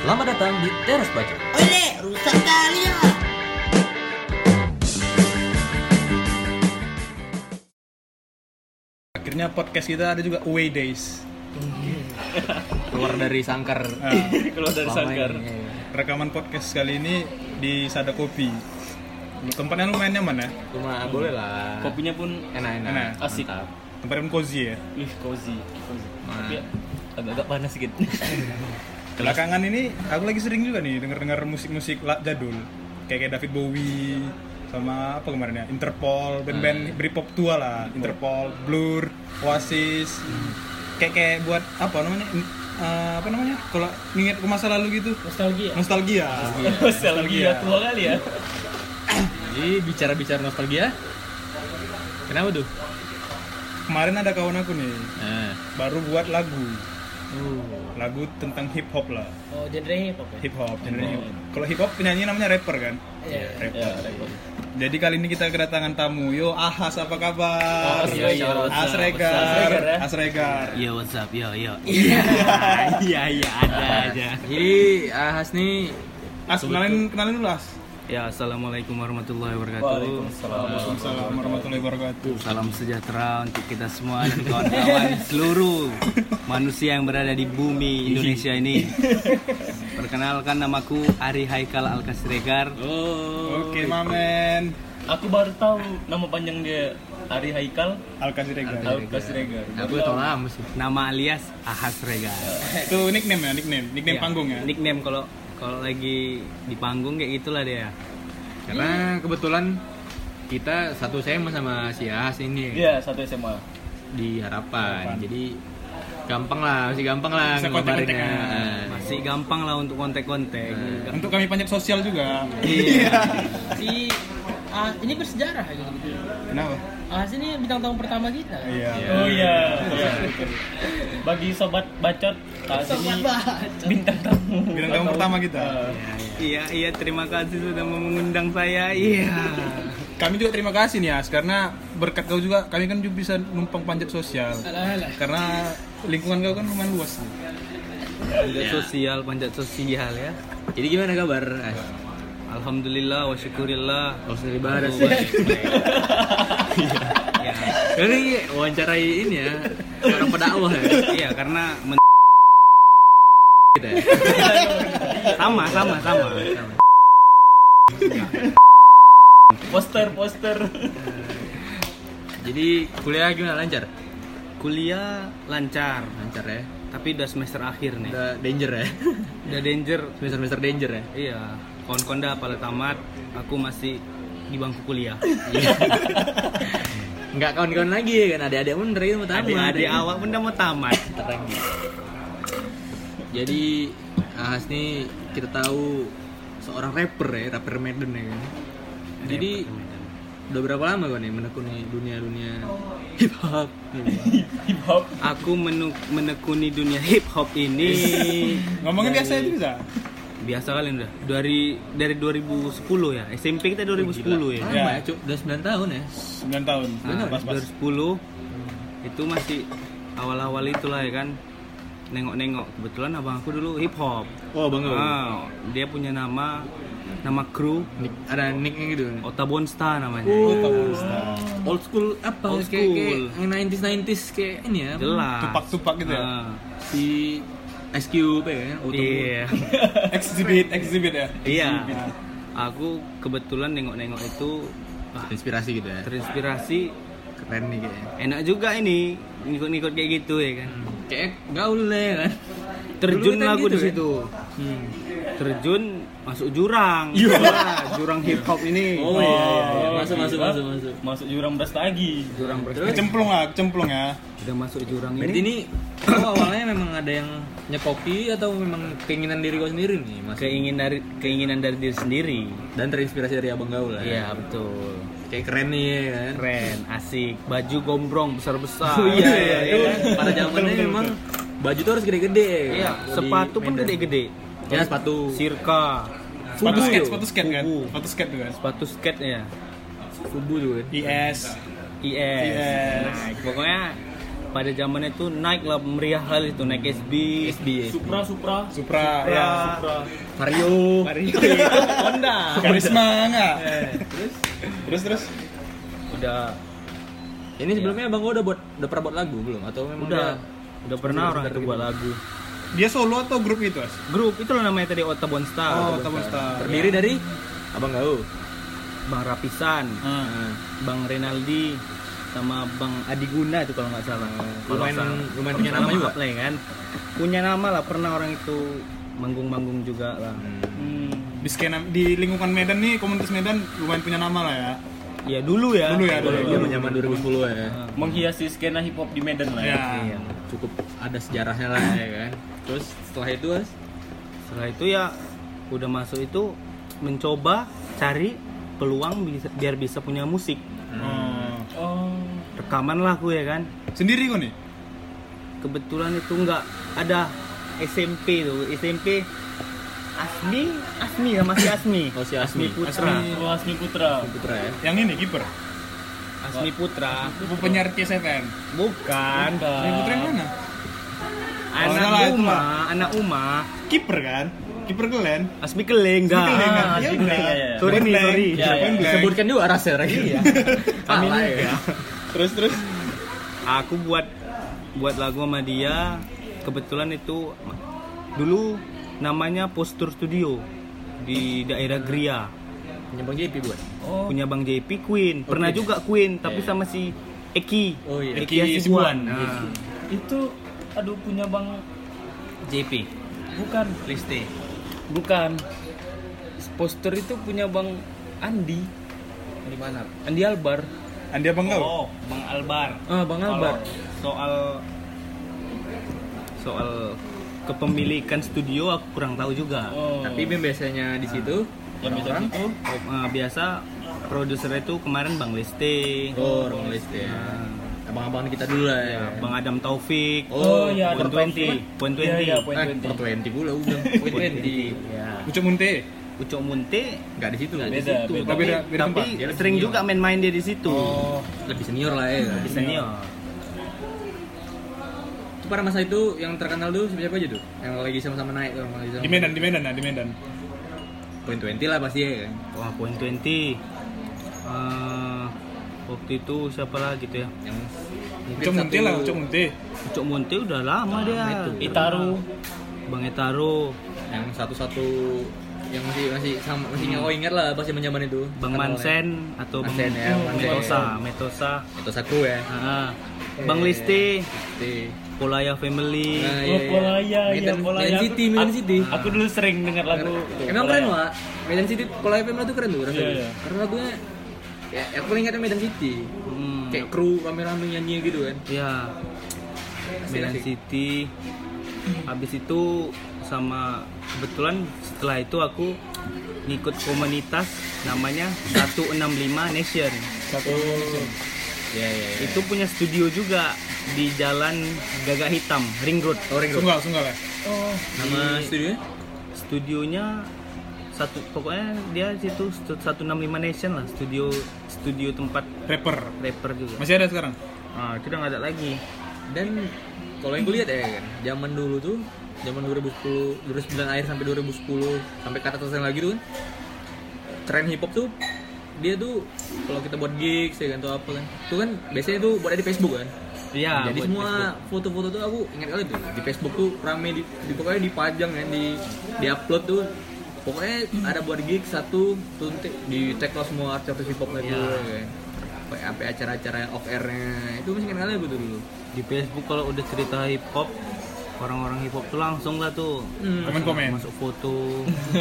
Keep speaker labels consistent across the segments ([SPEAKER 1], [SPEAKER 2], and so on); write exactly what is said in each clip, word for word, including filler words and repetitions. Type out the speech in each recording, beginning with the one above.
[SPEAKER 1] Selamat datang di Teras Baca.
[SPEAKER 2] Oleh, rusak kali ya.
[SPEAKER 3] Akhirnya podcast kita ada juga Away Days.
[SPEAKER 1] Keluar dari sangkar.
[SPEAKER 3] Nah,
[SPEAKER 4] Keluar dari
[SPEAKER 1] selama
[SPEAKER 4] sangkar.
[SPEAKER 1] ini.
[SPEAKER 3] rekaman podcast kali ini di Sada Kopi. Tempatnya lumayan nyaman ya.
[SPEAKER 1] Cuma boleh lah.
[SPEAKER 4] Kopinya pun
[SPEAKER 1] Enak-enak.
[SPEAKER 3] Enak.
[SPEAKER 4] asik.
[SPEAKER 1] Mantap.
[SPEAKER 3] Tempatnya pun cozy ya.
[SPEAKER 4] Ih, cozy. cozy.
[SPEAKER 1] Nah.
[SPEAKER 4] Tapi ya, agak-agak panas sedikit.
[SPEAKER 3] Belakangan ini aku lagi sering juga nih denger-denger musik-musik la- jadul. Kayak kayak David Bowie sama apa kemarin ya? Interpol, band-band Britpop tua lah. Interpol, Blur, Oasis. Kayak kayak buat apa namanya? Eh, apa namanya? Kalau nginget ke masa lalu gitu.
[SPEAKER 4] Nostalgia.
[SPEAKER 3] Nostalgia.
[SPEAKER 4] Nostalgia tua kali ya.
[SPEAKER 1] Jadi bicara-bicara nostalgia. Kenapa tuh?
[SPEAKER 3] Kemarin ada kawan aku nih
[SPEAKER 1] Nah.
[SPEAKER 3] baru buat lagu. Lagu tentang hip hop lah.
[SPEAKER 2] Oh, genre hip hop ya?
[SPEAKER 3] Hip hop, genre hip hop. Kalau hip hop penyanyi namanya rapper kan?
[SPEAKER 2] Iya.
[SPEAKER 3] Rapper.
[SPEAKER 4] Ya, repot.
[SPEAKER 3] Jadi kali ini kita kedatangan tamu. Yo Ahas, apa kabar?
[SPEAKER 4] Ahas, yo, yo, what's up?
[SPEAKER 3] Asregar.
[SPEAKER 4] Asregar, ya?
[SPEAKER 3] Asregar.
[SPEAKER 5] Yo, what's up? Yo, yo.
[SPEAKER 1] Iya, iya, iya, ada aja. Jadi Ahas nih
[SPEAKER 3] As, kenalin kenalin dulu As.
[SPEAKER 5] Ya, assalamualaikum warahmatullahi wabarakatuh.
[SPEAKER 4] Waalaikumsalam.
[SPEAKER 3] Waalaikumsalam warahmatullahi wabarakatuh.
[SPEAKER 5] Salam sejahtera untuk kita semua dan kawan-kawan seluruh manusia yang berada di bumi Indonesia ini. Perkenalkan, namaku Ari Haikal Alkasregar.
[SPEAKER 4] Oh.
[SPEAKER 3] Oke, Mamen.
[SPEAKER 4] Aku baru tahu nama panjang dia Ari Haikal
[SPEAKER 3] Alkasregar.
[SPEAKER 4] Alkasregar.
[SPEAKER 1] aku tau lama sih.
[SPEAKER 5] Nama alias Ahas Regar.
[SPEAKER 3] Itu nickname ya, nickname, nickname
[SPEAKER 5] Ya,
[SPEAKER 3] panggung ya.
[SPEAKER 5] Nickname kalau kalau lagi di panggung kayak gitulah dia.
[SPEAKER 1] Karena kebetulan kita satu S M A sama si Ahas ini
[SPEAKER 4] Iya, satu S M A.
[SPEAKER 1] di Harapan. Jadi gampang lah, masih gampang lah
[SPEAKER 3] Bisa
[SPEAKER 1] ngabarinnya.
[SPEAKER 3] kontak-kontakan.
[SPEAKER 1] Ah.
[SPEAKER 5] Masih gampang lah untuk kontak-kontak.
[SPEAKER 3] Untuk kami panjat sosial juga.
[SPEAKER 5] Iya.
[SPEAKER 2] Si ah, ini bersejarah gitu.
[SPEAKER 3] Kenapa?
[SPEAKER 2] Ah, ini bintang tamu pertama kita.
[SPEAKER 3] Iya.
[SPEAKER 4] Oh iya. Iya. Bagi sobat bacot, kali ini bintang tamu.
[SPEAKER 3] Bintang tamu pertama kita.
[SPEAKER 5] Iya, iya, terima kasih sudah mengundang saya. Iya.
[SPEAKER 3] Kami juga terima kasih nih As, karena berkat kau juga kami kan juga bisa numpang panjat sosial.
[SPEAKER 2] Alah, alah.
[SPEAKER 3] Karena lingkungan kau kan lumayan luas nih.
[SPEAKER 5] Panjat sosial, panjat sosial ya.
[SPEAKER 1] Jadi gimana kabar? As?
[SPEAKER 5] Alhamdulillah wa syukurillah.
[SPEAKER 1] Kalau sendiri ibadah
[SPEAKER 5] Aku
[SPEAKER 1] sih.
[SPEAKER 5] baik. Ya.
[SPEAKER 1] Ini wawancarai ini ya orang pedakwah ya.
[SPEAKER 5] Iya, karena men-
[SPEAKER 1] Kita ya.
[SPEAKER 5] sama, sama, sama. sama.
[SPEAKER 4] Poster, poster.
[SPEAKER 1] Jadi kuliah gimana, lancar?
[SPEAKER 5] Kuliah lancar,
[SPEAKER 1] Lancar ya.
[SPEAKER 5] tapi udah semester akhir nih.
[SPEAKER 1] Udah danger ya.
[SPEAKER 5] Udah danger.
[SPEAKER 1] Semester-semester danger ya.
[SPEAKER 5] Iya, kawan-kawan dah pada tamat, aku masih di bangku kuliah.
[SPEAKER 1] Enggak kawan-kawan lagi ya kan, adik-adik pun dari itu mau tamat.
[SPEAKER 5] Adik-adik awak pun udah mau tamat.
[SPEAKER 1] Teranggi. Jadi Ahas nih kita tahu seorang rapper ya, rapper Medan ya kan. Jadi udah berapa lama kau nih menekuni dunia-dunia hip hop?
[SPEAKER 4] Hip hop.
[SPEAKER 5] Aku menu- menekuni dunia hip hop ini
[SPEAKER 3] Ngomongin biasa aja bisa.
[SPEAKER 5] biasa kali udah dari dari dua ribu sepuluh ya. S M P kita dua ribu sepuluh ya.
[SPEAKER 1] Lama ya, Cuk. Udah sembilan tahun ya.
[SPEAKER 3] sembilan tahun.
[SPEAKER 5] Nah,
[SPEAKER 3] Pas-pas.
[SPEAKER 5] dua ribu sepuluh itu masih awal-awal itulah ya kan, nengok-nengok. Kebetulan abang aku dulu hip hop.
[SPEAKER 1] Oh, bangga.
[SPEAKER 5] Ah, dia punya nama nama kru
[SPEAKER 1] Nick, ada nicknya gitu.
[SPEAKER 5] Otabonsta namanya.
[SPEAKER 1] Old school apa?
[SPEAKER 5] Old
[SPEAKER 1] Kayak, kayak
[SPEAKER 5] school.
[SPEAKER 1] yang sembilan puluh sembilan puluh kayak ini ya.
[SPEAKER 5] Jelas.
[SPEAKER 3] Tupak-tupak gitu ya?
[SPEAKER 5] Ah,
[SPEAKER 1] Si Ice Cube ya kan.
[SPEAKER 5] iya.
[SPEAKER 3] Exhibit, exhibit ya.
[SPEAKER 5] Iya. Aku kebetulan nengok-nengok itu wah,
[SPEAKER 1] Inspirasi gitu ya.
[SPEAKER 5] terinspirasi.
[SPEAKER 1] Keren nih kayaknya.
[SPEAKER 5] Enak juga ini ngikut-ngikut kayak gitu ya kan.
[SPEAKER 1] Kayak gaul lah ya kan.
[SPEAKER 5] Terjun
[SPEAKER 1] Dulu kan
[SPEAKER 5] lah aku
[SPEAKER 1] gitu
[SPEAKER 5] di
[SPEAKER 1] kan?
[SPEAKER 5] situ.
[SPEAKER 1] Hmm.
[SPEAKER 5] Terjun masuk jurang. Wah, jurang hip hop ini.
[SPEAKER 1] Oh, iya, iya, iya. Masuk, masuk, masuk, masuk.
[SPEAKER 4] Masuk jurang lagi.
[SPEAKER 5] Jurang bersih.
[SPEAKER 3] Kecemplung lah, kecemplung ya.
[SPEAKER 5] Udah masuk jurang
[SPEAKER 1] Berarti
[SPEAKER 5] ini.
[SPEAKER 1] ini oh, awalnya memang ada yang nyekopi atau memang keinginan diri kau sendiri nih mas?
[SPEAKER 5] Keinginan dari keinginan dari diri sendiri.
[SPEAKER 1] Dan terinspirasi dari abang gaul lah.
[SPEAKER 5] Iya, betul.
[SPEAKER 1] Kayak keren nih ya kan.
[SPEAKER 5] Keren, asik. Baju gombrong besar-besar.
[SPEAKER 1] Oh iya iya itu pada zamannya memang baju tuh harus gede-gede.
[SPEAKER 5] Iya,
[SPEAKER 1] Kalau di
[SPEAKER 5] sepatu pun
[SPEAKER 1] Medan.
[SPEAKER 5] gede-gede.
[SPEAKER 1] Ya sepatu.
[SPEAKER 5] Sirka.
[SPEAKER 3] Sepatu
[SPEAKER 5] Fubu
[SPEAKER 3] skate,
[SPEAKER 5] yuk.
[SPEAKER 3] sepatu skate kan.
[SPEAKER 5] Fubu.
[SPEAKER 3] Sepatu skate tuh kan.
[SPEAKER 5] Sepatu skate ya.
[SPEAKER 1] Fubu juga.
[SPEAKER 3] I S.
[SPEAKER 5] I S.
[SPEAKER 3] I S.
[SPEAKER 5] Nah, pokoknya pada zamannya itu naik lah meriah kali itu, naik S B,
[SPEAKER 1] S B,
[SPEAKER 4] Supra, Supra,
[SPEAKER 3] Supra, ya.
[SPEAKER 4] Supra.
[SPEAKER 1] Vario,
[SPEAKER 5] Vario, Honda.
[SPEAKER 3] Karisma enggak?
[SPEAKER 5] Terus
[SPEAKER 3] Terus terus.
[SPEAKER 5] udah
[SPEAKER 1] ini sebelumnya Bang Go udah buat udah pernah buat lagu belum atau memang
[SPEAKER 5] udah
[SPEAKER 1] dia
[SPEAKER 5] udah pernah orang
[SPEAKER 1] sekedar
[SPEAKER 5] itu buat
[SPEAKER 1] gitu?
[SPEAKER 5] lagu.
[SPEAKER 3] Dia solo atau grup itu, As?
[SPEAKER 5] Grup itu loh namanya tadi Otabon Star.
[SPEAKER 3] Oh, Otabon Star.
[SPEAKER 1] Terdiri dari Abang Gau,
[SPEAKER 5] Bang Rapisan,
[SPEAKER 3] Ah.
[SPEAKER 5] Bang Renaldi, sama Bang Adiguna itu kalau nggak salah. Kalau
[SPEAKER 1] lumayan
[SPEAKER 5] salah.
[SPEAKER 1] lumayan punya nama juga.
[SPEAKER 5] Maaf lah ya kan. Punya nama lah, pernah orang itu manggung-manggung juga lah.
[SPEAKER 4] Hmm.
[SPEAKER 3] Di skena di lingkungan Medan nih, komunitas Medan lumayan punya nama lah ya.
[SPEAKER 5] Ya dulu ya.
[SPEAKER 3] Dulu ya, dulu.
[SPEAKER 1] Zaman zaman dua ribu sepuluh ya.
[SPEAKER 4] Menghiasi skena hip hop di Medan lah ya.
[SPEAKER 3] Ya.
[SPEAKER 5] Iya.
[SPEAKER 1] Cukup ada sejarahnya lah ya kan. Terus setelah itu As,
[SPEAKER 5] Setelah itu ya udah masuk itu mencoba cari peluang bisa, biar bisa punya musik.
[SPEAKER 3] Oh.
[SPEAKER 4] Oh.
[SPEAKER 5] Rekaman lah aku ya kan.
[SPEAKER 3] Sendiri kok nih?
[SPEAKER 5] Kebetulan itu nggak ada S M P tuh, S M P Asmi, Asmi ya masih Asmi.
[SPEAKER 1] Oh, si Asmi.
[SPEAKER 5] Putra.
[SPEAKER 3] Asmi.
[SPEAKER 4] Oh, Asmi Putra.
[SPEAKER 1] Putra ya.
[SPEAKER 3] Yang ini kiper.
[SPEAKER 5] Asmi Putra.
[SPEAKER 3] Penyiar C S F M.
[SPEAKER 5] Bukan.
[SPEAKER 3] Asmi Putra yang mana?
[SPEAKER 5] Anak
[SPEAKER 3] salah, itu
[SPEAKER 5] Uma,
[SPEAKER 3] mah.
[SPEAKER 5] anak Uma.
[SPEAKER 3] Kiper kan? Kiper Glen.
[SPEAKER 5] Asmi Keleng enggak.
[SPEAKER 3] Asmi Keleng, kan?
[SPEAKER 4] Ah,
[SPEAKER 3] Ya
[SPEAKER 4] Asmi
[SPEAKER 3] udah.
[SPEAKER 4] Keleng, ya, ya.
[SPEAKER 5] Sorry nih,
[SPEAKER 3] Point
[SPEAKER 5] sorry.
[SPEAKER 3] blank.
[SPEAKER 4] Ya, ya.
[SPEAKER 3] Point blank.
[SPEAKER 1] Disebutkan juga rasnya lagi. Iya.
[SPEAKER 5] Amin
[SPEAKER 1] Salah
[SPEAKER 5] ya.
[SPEAKER 3] Terus terus.
[SPEAKER 5] Aku buat buat lagu sama dia. Kebetulan itu dulu namanya Postur Studio di daerah Gria.
[SPEAKER 1] Punya Bang J P buat.
[SPEAKER 4] Oh.
[SPEAKER 5] Punya Bang J P Queen. Pernah
[SPEAKER 1] Queen.
[SPEAKER 5] juga Queen, tapi
[SPEAKER 1] Iya.
[SPEAKER 5] sama si Eki.
[SPEAKER 1] Oh iya.
[SPEAKER 5] Eki
[SPEAKER 3] Eki
[SPEAKER 5] Hasibuan.
[SPEAKER 3] Hasibuan.
[SPEAKER 5] Nah,
[SPEAKER 4] Itu aduh punya Bang
[SPEAKER 5] J P.
[SPEAKER 4] bukan
[SPEAKER 5] Liste.
[SPEAKER 4] bukan poster itu punya Bang Andi.
[SPEAKER 5] Di mana?
[SPEAKER 4] Andi Albar.
[SPEAKER 3] Andi abang kau?
[SPEAKER 5] Oh, Bang Albar.
[SPEAKER 4] Ah, Bang Albar.
[SPEAKER 5] Kalau soal soal kepemilikan studio aku kurang tahu juga.
[SPEAKER 4] Oh.
[SPEAKER 1] Tapi biasanya di situ
[SPEAKER 4] yang biasa
[SPEAKER 1] orang-orang
[SPEAKER 4] itu
[SPEAKER 5] Oh, eh, biasa produser itu kemarin Bang Leste.
[SPEAKER 1] oh, orang list ya. Abang-abang kita dulu lah ya.
[SPEAKER 5] Bang Adam Taufik.
[SPEAKER 4] Oh, iya,
[SPEAKER 5] Point
[SPEAKER 4] Adam
[SPEAKER 5] twenty.
[SPEAKER 4] Taufik.
[SPEAKER 5] Point
[SPEAKER 4] Iya,
[SPEAKER 5] twenty.
[SPEAKER 4] iya, Point
[SPEAKER 1] Eh,
[SPEAKER 4] twenty.
[SPEAKER 1] per twenty pula udah. Point twenty.
[SPEAKER 5] Ya.
[SPEAKER 3] Ucok Munte.
[SPEAKER 5] Ucok Munte
[SPEAKER 1] Enggak di situ.
[SPEAKER 5] nggak di
[SPEAKER 4] Beda,
[SPEAKER 5] situ.
[SPEAKER 4] beda.
[SPEAKER 5] Tapi,
[SPEAKER 3] Beda- beda
[SPEAKER 5] tapi
[SPEAKER 3] tempat.
[SPEAKER 1] Dia lebih
[SPEAKER 5] sering
[SPEAKER 1] senior.
[SPEAKER 5] juga main-main dia di situ.
[SPEAKER 3] Oh.
[SPEAKER 1] Lebih senior lah ya.
[SPEAKER 5] Lebih senior.
[SPEAKER 1] Itu pada masa itu yang terkenal dulu siapa aja tuh? Yang lagi sama-sama naik tuh, yang lagi sama.
[SPEAKER 3] Di Medan, di Medan, nah, di Medan.
[SPEAKER 1] Point twenty lah pasti ya kan.
[SPEAKER 5] Wah, Point twenty. Eh, waktu itu siapa lagi tuh ya?
[SPEAKER 1] Yang mungkin
[SPEAKER 3] Ucok Munte
[SPEAKER 1] satu-
[SPEAKER 3] lah, Ucok Munte.
[SPEAKER 5] Ucok Munte udah lama dia.
[SPEAKER 1] itu.
[SPEAKER 4] Itaru.
[SPEAKER 5] Bang Etaru,
[SPEAKER 1] yang satu-satu yang masih masih sama masih nyawa ingat lah pas zaman itu.
[SPEAKER 5] Bang
[SPEAKER 1] Terkenal
[SPEAKER 5] Mansen atau Bang
[SPEAKER 1] Mansen ya, Mansen.
[SPEAKER 5] Metosa, Metosa.
[SPEAKER 1] ya. Itu saku ya.
[SPEAKER 5] Ah, Bang Liste,
[SPEAKER 1] Liste.
[SPEAKER 5] Polaya Family.
[SPEAKER 1] Nah,
[SPEAKER 4] Oh, Polaya, iya
[SPEAKER 1] Medan,
[SPEAKER 4] Polaya.
[SPEAKER 1] Medan
[SPEAKER 4] Aku-
[SPEAKER 1] City, Medan
[SPEAKER 4] aku-
[SPEAKER 1] City.
[SPEAKER 4] Aku dulu sering dengar lagu.
[SPEAKER 1] Emang keren Wak. Medan City Pola F M itu keren tuh rasanya.
[SPEAKER 4] Iya, iya.
[SPEAKER 1] Karena lagunya ya aku paling ingatnya Medan City.
[SPEAKER 5] Hmm,
[SPEAKER 1] Kayak kru rame-rame nyanyi gitu kan.
[SPEAKER 5] ya, Medan
[SPEAKER 1] Asik-asik.
[SPEAKER 5] City. Habis itu sama kebetulan setelah itu aku ngikut komunitas namanya seratus enam puluh lima Nation.
[SPEAKER 3] Satu.
[SPEAKER 1] Iya iya. iya.
[SPEAKER 5] Itu punya studio juga di Jalan Gagak Hitam, Ring Road.
[SPEAKER 1] Oh, Ring Road.
[SPEAKER 3] Sunggal, sunggal ya.
[SPEAKER 4] Oh.
[SPEAKER 1] Nama
[SPEAKER 5] Di-
[SPEAKER 1] studionya?
[SPEAKER 5] Studionya satu pokoknya dia situ seratus enam puluh lima Nation lah, studio studio tempat
[SPEAKER 3] Rapper.
[SPEAKER 5] rapper juga.
[SPEAKER 3] Masih ada sekarang?
[SPEAKER 5] Ah, itu udah nggak ada lagi.
[SPEAKER 1] Dan kalau yang gue lihat ya kan, zaman dulu tuh, zaman dua ribu sepuluh, dua ribu sembilan akhir sampai dua ribu sepuluh sampai ke atas lagi tuh kan, tren hip hop tuh dia tuh kalau kita buat gigs ya kan atau apa kan, itu kan biasanya tuh buat di Facebook kan.
[SPEAKER 5] Iya.
[SPEAKER 1] Jadi
[SPEAKER 5] buat
[SPEAKER 1] semua
[SPEAKER 5] Facebook.
[SPEAKER 1] foto-foto tuh aku ingat kali tuh di Facebook tuh rame di, di pokoknya dipajang kan di di upload tuh. Pokoknya ada buat gig satu tuh di tag lah semua artis hip hop itu
[SPEAKER 5] Iya.
[SPEAKER 1] ya kan. Sampai sampai acara-acara off air-nya itu masih ingat kali aku tuh dulu.
[SPEAKER 5] Di Facebook kalau udah cerita hip hop, orang-orang hip hop tuh langsung lah tuh
[SPEAKER 1] Hmm.
[SPEAKER 3] Komen-komen.
[SPEAKER 5] masuk foto.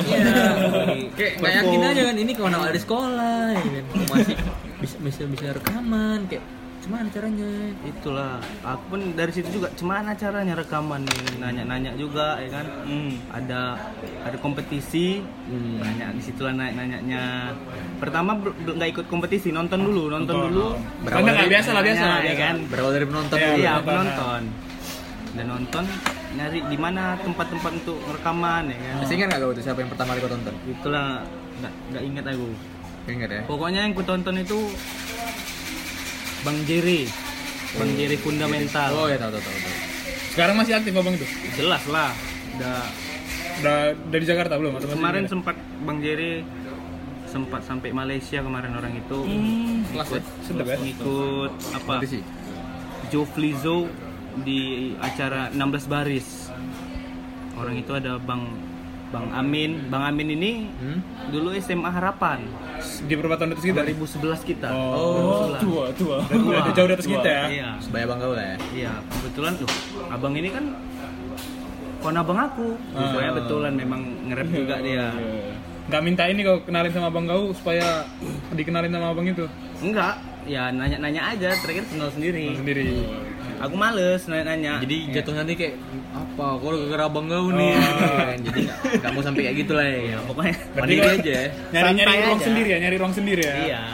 [SPEAKER 1] Iya. Kayak nggak yakin
[SPEAKER 5] Perform.
[SPEAKER 1] aja kan ini kawan awal di sekolah ya kan. Masih bisa bisa bisa rekaman kayak gimana caranya?
[SPEAKER 5] Itulah, aku pun dari situ juga gimana caranya rekaman nih, nanya-nanya juga ya kan.
[SPEAKER 4] Hmm.
[SPEAKER 5] Ada ada kompetisi,
[SPEAKER 1] Hmm.
[SPEAKER 5] nanya di situlah nanya-nanyanya. Pertama bel- bel- nggak ikut kompetisi, nonton dulu, nonton,
[SPEAKER 3] Nonton.
[SPEAKER 5] dulu.
[SPEAKER 1] Berawal
[SPEAKER 3] Nggak,
[SPEAKER 1] dari-
[SPEAKER 3] biasa lah, biasa lah,
[SPEAKER 5] Nanya, ya
[SPEAKER 3] biasa.
[SPEAKER 5] kan.
[SPEAKER 1] Berawal dari penonton
[SPEAKER 3] Iya,
[SPEAKER 1] dulu.
[SPEAKER 5] Iya,
[SPEAKER 3] nonton,
[SPEAKER 5] penonton. Dan nonton nyari di mana tempat-tempat untuk rekaman ya kan.
[SPEAKER 1] Masih ingat nggak kau tuh siapa yang pertama kali kau tonton?
[SPEAKER 5] Itulah nggak nggak ingat aku.
[SPEAKER 1] Ingat ya?
[SPEAKER 5] Pokoknya yang ku tonton itu Bang Jerry. Bang Jerry Fundamental.
[SPEAKER 1] Oh ya tahu tahu tahu. tahu.
[SPEAKER 3] Sekarang masih aktif abang itu?
[SPEAKER 5] Jelas lah. Udah
[SPEAKER 3] Udah dari Jakarta belum? Atau masih
[SPEAKER 5] kemarin
[SPEAKER 3] di mana?
[SPEAKER 5] sempat Bang Jerry sempat sampai Malaysia kemarin orang itu.
[SPEAKER 1] Kelas ya.
[SPEAKER 3] Sedap ya?
[SPEAKER 5] Ikut apa?
[SPEAKER 1] Apa sih?
[SPEAKER 5] Joe Flizzo di acara enam belas baris. Orang itu ada Bang Bang Amin. Bang Amin ini
[SPEAKER 1] Hmm?
[SPEAKER 5] dulu S M A Harapan
[SPEAKER 3] Di berapa tahun di atas kita?
[SPEAKER 5] dua ribu sebelas kita.
[SPEAKER 3] Oh,
[SPEAKER 4] tua tua
[SPEAKER 3] udah udah jauh di atas kita ya?
[SPEAKER 5] Iya.
[SPEAKER 1] Sebaya Bang Gaul ya.
[SPEAKER 5] Iya, kebetulan tuh abang ini kan kawan abang aku.
[SPEAKER 3] Ah.
[SPEAKER 5] Soalnya betulan memang nge-rap juga dia.
[SPEAKER 3] Nggak minta ini kau kenalin sama Abang Gau supaya dikenalin sama abang itu?
[SPEAKER 5] Enggak, ya nanya-nanya aja, terakhir kenal sendiri.
[SPEAKER 3] Sendiri.
[SPEAKER 5] Aku males nanya-nanya.
[SPEAKER 1] Jadi jatuh nanti kayak apa? Kok gara-gara Bang Gaul nih?
[SPEAKER 3] Oh.
[SPEAKER 1] Kan? Jadi nggak nggak mau sampai kayak gitu lah ya.
[SPEAKER 5] ya pokoknya
[SPEAKER 1] Mandiri
[SPEAKER 3] kalau-
[SPEAKER 1] aja. ya.
[SPEAKER 3] Nyari-nyari
[SPEAKER 5] Santai
[SPEAKER 3] ruang
[SPEAKER 5] aja.
[SPEAKER 3] sendiri ya, nyari ruang sendiri ya?
[SPEAKER 5] iya.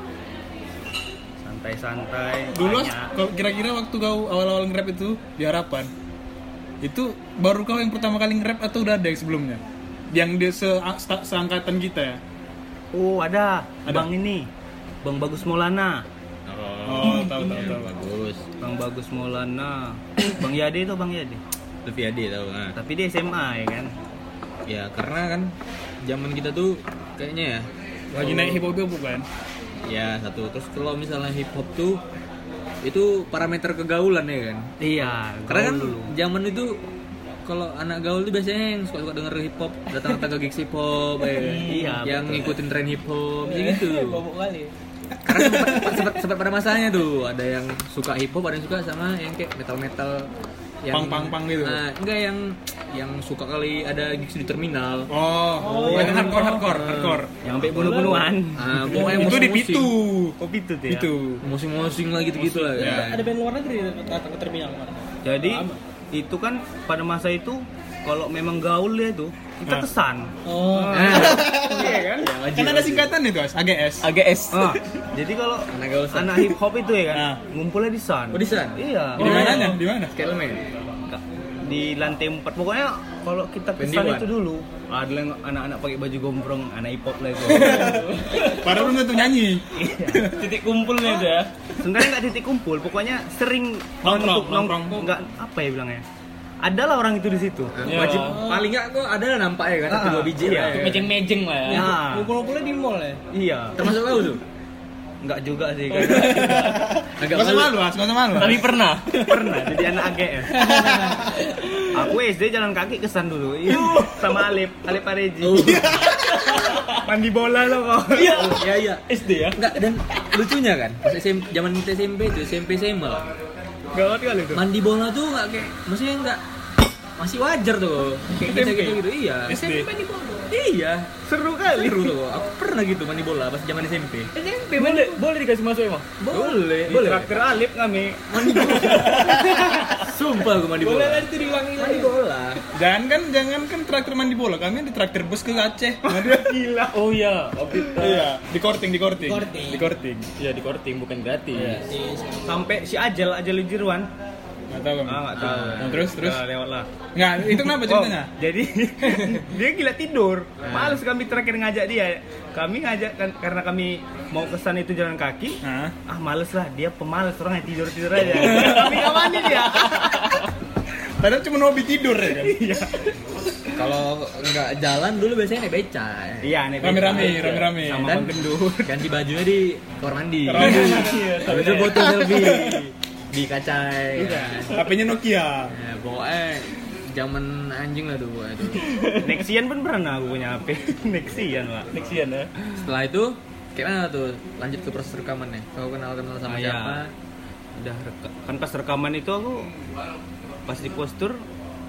[SPEAKER 5] Santai-santai.
[SPEAKER 3] Dulu
[SPEAKER 5] tanya.
[SPEAKER 3] kalau kira-kira waktu kau awal-awal nge-rap itu di Harapan, itu baru kau yang pertama kali nge-rap atau udah ada yang sebelumnya? Yang dia se se- seangkatan kita ya?
[SPEAKER 5] Oh, ada.
[SPEAKER 3] Ada.
[SPEAKER 5] Bang ini. Bang Bagus Maulana.
[SPEAKER 3] Oh, tahu tahu tahu.
[SPEAKER 1] Bagus.
[SPEAKER 5] Bang Bagus Maulana. Bang Yade itu Bang Yade.
[SPEAKER 1] Tapi Adi tahu. Nah.
[SPEAKER 5] Tapi dia S M A ya kan.
[SPEAKER 1] Ya karena kan zaman kita tuh kayaknya ya.
[SPEAKER 3] Lagi naik hip hop itu kan?
[SPEAKER 1] Ya satu. Terus kalau misalnya hip hop tuh itu parameter kegaulan ya kan.
[SPEAKER 5] Iya,
[SPEAKER 1] Karena kan
[SPEAKER 5] gaul dulu.
[SPEAKER 1] zaman itu kalau anak gaul tuh biasanya yang suka-suka denger hip hop, datang-datang ke gigs hip hop ya. kan?
[SPEAKER 5] Iya,
[SPEAKER 1] Yang
[SPEAKER 5] betul.
[SPEAKER 1] ngikutin tren hip hop ya gitu.
[SPEAKER 2] Bobok kali.
[SPEAKER 1] Karena sempat, sempat, sempat pada masanya tuh ada yang suka hip hop, ada yang suka sama yang kayak metal-metal yang
[SPEAKER 3] Pang-pang-pang gitu?
[SPEAKER 1] Nah, enggak yang yang suka kali ada gigs di terminal.
[SPEAKER 3] Oh, yang hardcore hardcore hardcore.
[SPEAKER 5] Yang sampai bunuh-bunuhan.
[SPEAKER 1] Ah, pokoknya
[SPEAKER 3] Itu di
[SPEAKER 1] musik-musik.
[SPEAKER 3] Pitu.
[SPEAKER 5] Oh, itu tuh ya.
[SPEAKER 3] Itu.
[SPEAKER 1] Musing-musing lah gitu-gitu lah.
[SPEAKER 3] Ya.
[SPEAKER 1] kan.
[SPEAKER 2] Ada band luar negeri datang ke terminal kemarin.
[SPEAKER 5] Jadi itu kan pada masa itu kalau memang gaul ya tuh kita kesan.
[SPEAKER 2] Oh.
[SPEAKER 1] Nah,
[SPEAKER 3] Iya kan?
[SPEAKER 1] wajib,
[SPEAKER 3] Kan ada
[SPEAKER 1] wajib.
[SPEAKER 3] singkatan itu, A G S.
[SPEAKER 1] A G S.
[SPEAKER 5] Ah, jadi kalau
[SPEAKER 1] Anak gaul San.
[SPEAKER 5] anak hip hop itu ya kan
[SPEAKER 3] Nah.
[SPEAKER 5] ngumpulnya di San.
[SPEAKER 1] Oh, di San?
[SPEAKER 5] Iya.
[SPEAKER 3] Di mananya? Di mana?
[SPEAKER 1] Skelmen.
[SPEAKER 5] Di lantai empat. Pokoknya kalau kita kesan
[SPEAKER 1] Pendiwan.
[SPEAKER 5] itu dulu ada yang anak-anak pakai baju gombrong, anak hip hop lah itu.
[SPEAKER 3] Padahal belum tentu nyanyi.
[SPEAKER 4] titik kumpulnya itu ya.
[SPEAKER 5] Sebenarnya nggak titik kumpul, pokoknya sering
[SPEAKER 3] Nongkrong,
[SPEAKER 5] untuk nong-
[SPEAKER 3] nongkrong.
[SPEAKER 5] nggak apa ya bilangnya. Adalah orang itu di situ.
[SPEAKER 4] Ya.
[SPEAKER 1] Wajib paling enggak kok ada lah nampak ya kan satu
[SPEAKER 5] Ah,
[SPEAKER 1] dua biji
[SPEAKER 5] iya.
[SPEAKER 1] lah. ya.
[SPEAKER 4] Mejeng-mejeng lah ya.
[SPEAKER 5] Ya.
[SPEAKER 2] Ngumpul-ngumpulnya di mall ya.
[SPEAKER 5] Iya.
[SPEAKER 1] Termasuk kau tuh.
[SPEAKER 5] Nggak juga sih kan.
[SPEAKER 1] Agak
[SPEAKER 3] Gak usah
[SPEAKER 1] malu.
[SPEAKER 3] malu, Mas. Gak usah malu.
[SPEAKER 4] Tapi pernah.
[SPEAKER 5] Pernah jadi anak A G S. Aku S D jalan kaki kesan dulu. Iya. Sama Alip, Alip Pareji.
[SPEAKER 1] Oh.
[SPEAKER 5] Mandi bola lo kok.
[SPEAKER 1] Iya, iya, iya.
[SPEAKER 4] S D ya.
[SPEAKER 1] Enggak, dan lucunya kan, pas S M P, zaman kita S M P itu, S M P S M A lah.
[SPEAKER 5] Gawat kali itu.
[SPEAKER 1] Mandi bola tuh enggak kayak, maksudnya enggak masih wajar tuh. Kayak kita gitu gitu, iya.
[SPEAKER 3] S D.
[SPEAKER 1] Iya,
[SPEAKER 5] Seru kali.
[SPEAKER 1] seru tuh. Aku pernah gitu mandi bola pas zaman S M P.
[SPEAKER 4] S M P boleh boleh dikasih masuk emang.
[SPEAKER 1] Boleh,
[SPEAKER 5] Di
[SPEAKER 1] boleh.
[SPEAKER 5] traktir Alip kami.
[SPEAKER 1] Mandi bola. Sumpah aku mandi bola.
[SPEAKER 2] Boleh lah itu diulangi
[SPEAKER 1] Mandi bola.
[SPEAKER 3] Jangan kan, jangan kan traktir mandi bola. Kami di traktir bus ke Aceh.
[SPEAKER 5] Gila.
[SPEAKER 4] Oh iya, waktu itu.
[SPEAKER 3] Iya, di korting, di korting.
[SPEAKER 2] Korting.
[SPEAKER 3] Di korting.
[SPEAKER 4] Iya di korting bukan gratis.
[SPEAKER 5] Sampai si Ajal, Ajal Jirwan.
[SPEAKER 3] Nggak tahu kami.
[SPEAKER 5] Ah, enggak tahu.
[SPEAKER 3] Nah, terus, terus.
[SPEAKER 5] Udah lewat lah.
[SPEAKER 3] Nggak, itu kenapa ceritanya?
[SPEAKER 5] Oh, jadi dia gila tidur. Males kami terakhir ngajak dia. Kami ngajak kan karena kami mau kesan itu jalan kaki.
[SPEAKER 3] Nah,
[SPEAKER 5] Ah males lah, dia pemalas orangnya tidur-tidur aja. Kami nggak mandi dia.
[SPEAKER 3] padahal cuma hobi tidur ya kan?
[SPEAKER 5] Iya.
[SPEAKER 1] Kalau enggak jalan dulu biasanya naik beca.
[SPEAKER 5] Iya, nih.
[SPEAKER 3] Rame-rame, rame-rame.
[SPEAKER 5] Sama
[SPEAKER 1] Dan
[SPEAKER 5] Bang Gendut.
[SPEAKER 1] ganti bajunya di kamar mandi.
[SPEAKER 3] Kamar mandi.
[SPEAKER 1] Habis itu foto selfie di kacai.
[SPEAKER 3] H P-nya Nokia.
[SPEAKER 1] Ya, pokoknya zaman anjing lah tuh pokoknya itu.
[SPEAKER 5] Nexian pun pernah aku punya H P. Nexian lah.
[SPEAKER 4] Nexian ya.
[SPEAKER 1] Setelah itu gimana tuh lanjut ke proses rekamannya? Kau kenal-kenal sama
[SPEAKER 5] Ah,
[SPEAKER 1] siapa?
[SPEAKER 5] ya. Udah reka- kan pas rekaman itu aku pas di postur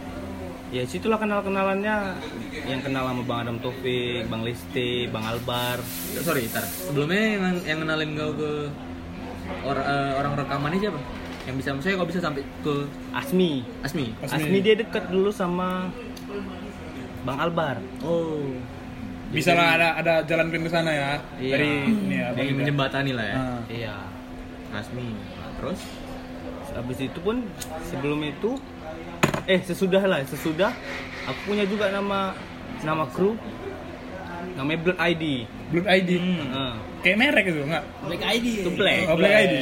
[SPEAKER 5] ya situlah kenal-kenalannya yang kenal sama Bang Adam Taufik, Bang Lesti, Bang Albar.
[SPEAKER 1] Sorry, tar. Sebelumnya yang yang kenalin kau ke or, eh, orang rekamannya siapa? Yang bisa saya kok bisa sampai ke
[SPEAKER 5] Asmi.
[SPEAKER 1] Asmi.
[SPEAKER 3] Asmi.
[SPEAKER 5] Asmi dia dekat dulu sama Bang Albar.
[SPEAKER 1] Oh.
[SPEAKER 3] Bisa lah ada ada jalan ke sana ya.
[SPEAKER 5] Iya.
[SPEAKER 3] Dari ini ya, Bang
[SPEAKER 1] Yang
[SPEAKER 3] Ida.
[SPEAKER 1] menjembatani lah ya.
[SPEAKER 3] Ah.
[SPEAKER 5] Iya.
[SPEAKER 1] Asmi. Terus
[SPEAKER 5] Habis itu pun sebelum itu eh sesudah lah, sesudah aku punya juga nama nama kru namanya Blood I D.
[SPEAKER 3] Blood I D.
[SPEAKER 5] Heeh.
[SPEAKER 3] Kayak merek itu enggak?
[SPEAKER 2] Black I D.
[SPEAKER 5] Itu Black.
[SPEAKER 3] Oh, Black I D.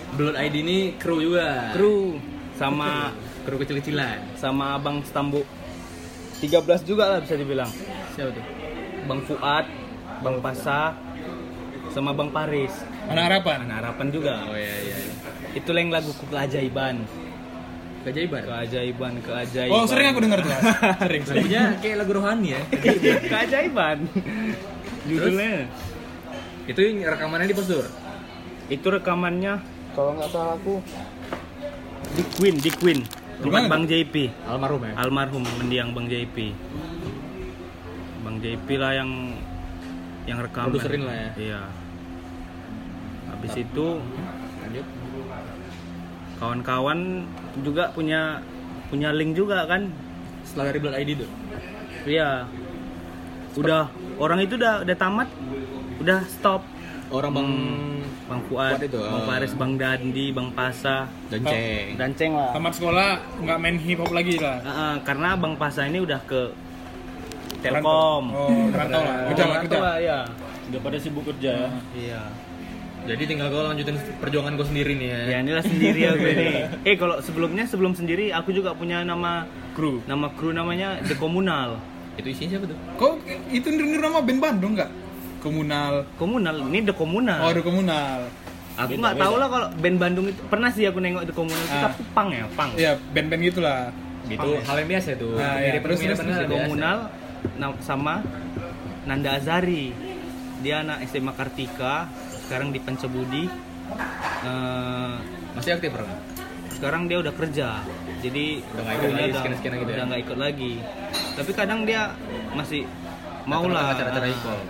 [SPEAKER 1] Blood I D ini kru juga.
[SPEAKER 5] Kru sama
[SPEAKER 1] Kru kecil-kecilan.
[SPEAKER 5] sama Abang Stambu tiga belas juga lah bisa dibilang.
[SPEAKER 1] Siapa tuh?
[SPEAKER 5] Bang Fuad, Bang Pasa, sama Bang Paris.
[SPEAKER 3] Anak harapan.
[SPEAKER 5] Anak harapan juga.
[SPEAKER 1] Oh iya iya.
[SPEAKER 5] Itu yang lagu keajaiban.
[SPEAKER 1] Keajaiban.
[SPEAKER 5] Keajaiban, keajaiban.
[SPEAKER 3] Oh, sering aku dengar tuh. Mas. Sering, sering.
[SPEAKER 1] Lagunya kayak lagu rohani ya.
[SPEAKER 5] Keajaiban. Judulnya.
[SPEAKER 1] Itu rekamannya di Postur.
[SPEAKER 5] Itu rekamannya kalau nggak salah aku di Queen, di Queen. Tempat
[SPEAKER 3] Gimana
[SPEAKER 5] Bang J P.
[SPEAKER 1] Almarhum ya.
[SPEAKER 5] Almarhum mendiang Bang J P. Bang J P lah yang yang rekam.
[SPEAKER 1] Produserin lah ya.
[SPEAKER 5] Iya. Habis itu
[SPEAKER 1] Lanjut.
[SPEAKER 5] kawan-kawan juga punya punya link juga kan.
[SPEAKER 1] Setelah dari Blood I D tuh.
[SPEAKER 5] Iya. Udah orang itu udah udah tamat. Udah stop.
[SPEAKER 1] Orang Bang
[SPEAKER 5] Bang Fuad,
[SPEAKER 1] Fuad itu,
[SPEAKER 5] Bang
[SPEAKER 1] oh.
[SPEAKER 5] Paris, Bang Dandi, Bang Pasa,
[SPEAKER 1] dan Ceng.
[SPEAKER 5] dan Ceng lah.
[SPEAKER 3] Tamat sekolah nggak main hip hop lagi lah.
[SPEAKER 5] Uh, uh, karena Bang Pasa ini udah ke Telkom.
[SPEAKER 3] Oh, rantau lah. Kerja lah, kerja.
[SPEAKER 5] Rantau lah, ya.
[SPEAKER 4] Udah pada sibuk kerja ya.
[SPEAKER 5] Iya.
[SPEAKER 1] Jadi tinggal kau lanjutin perjuangan kau sendiri nih ya.
[SPEAKER 5] Ya inilah sendiri aku ini. Eh kalau sebelumnya sebelum sendiri aku juga punya nama
[SPEAKER 3] Kru.
[SPEAKER 5] nama kru namanya The Komunal.
[SPEAKER 1] Itu isinya siapa tuh?
[SPEAKER 3] Kok itu niru nama band Bandung nggak? Komunal.
[SPEAKER 5] Komunal ini The Komunal.
[SPEAKER 3] Oh, ada komunal.
[SPEAKER 5] Aku nggak tahu lah kalau band Bandung itu pernah sih aku nengok The Komunal itu
[SPEAKER 3] Ah.
[SPEAKER 5] tapi pang ya, pang.
[SPEAKER 3] Iya, band-band gitulah.
[SPEAKER 1] Itu hal yang biasa tuh.
[SPEAKER 3] Nah, iya.
[SPEAKER 1] Mirip
[SPEAKER 3] Terus,
[SPEAKER 1] mirip
[SPEAKER 3] terus,
[SPEAKER 1] bener,
[SPEAKER 5] The
[SPEAKER 1] biasa.
[SPEAKER 5] Komunal na- sama Nanda Azari. Dia anak S M A Kartika, sekarang di Pancabudi. Eh,
[SPEAKER 1] Masih aktif orang?
[SPEAKER 5] sekarang dia udah kerja. Jadi
[SPEAKER 1] Udah nggak ikut
[SPEAKER 5] dia
[SPEAKER 1] lagi
[SPEAKER 5] udah-
[SPEAKER 1] skena-skena gitu ya?
[SPEAKER 5] udah nggak ikut lagi. Tapi kadang dia masih mau lah
[SPEAKER 1] acara-acara
[SPEAKER 5] ah.
[SPEAKER 1] hip hop.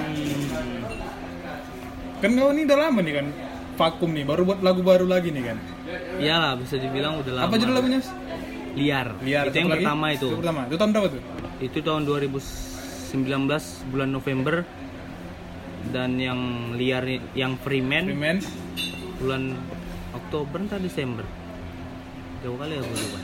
[SPEAKER 3] Kan kau ini udah lama nih kan vakum nih, baru buat lagu baru lagi nih kan.
[SPEAKER 5] Iyalah bisa dibilang udah lama.
[SPEAKER 3] Apa judul lagunya?
[SPEAKER 5] Liar.
[SPEAKER 3] Liar.
[SPEAKER 5] Itu yang
[SPEAKER 3] Satu lagi?
[SPEAKER 5] pertama itu.
[SPEAKER 3] Itu pertama. Itu tahun berapa tuh?
[SPEAKER 5] Itu tahun dua ribu sembilan belas bulan November. Dan yang liar yang Freeman
[SPEAKER 3] Freeman.
[SPEAKER 5] bulan Oktober atau Desember. Jauh kali aku lupa.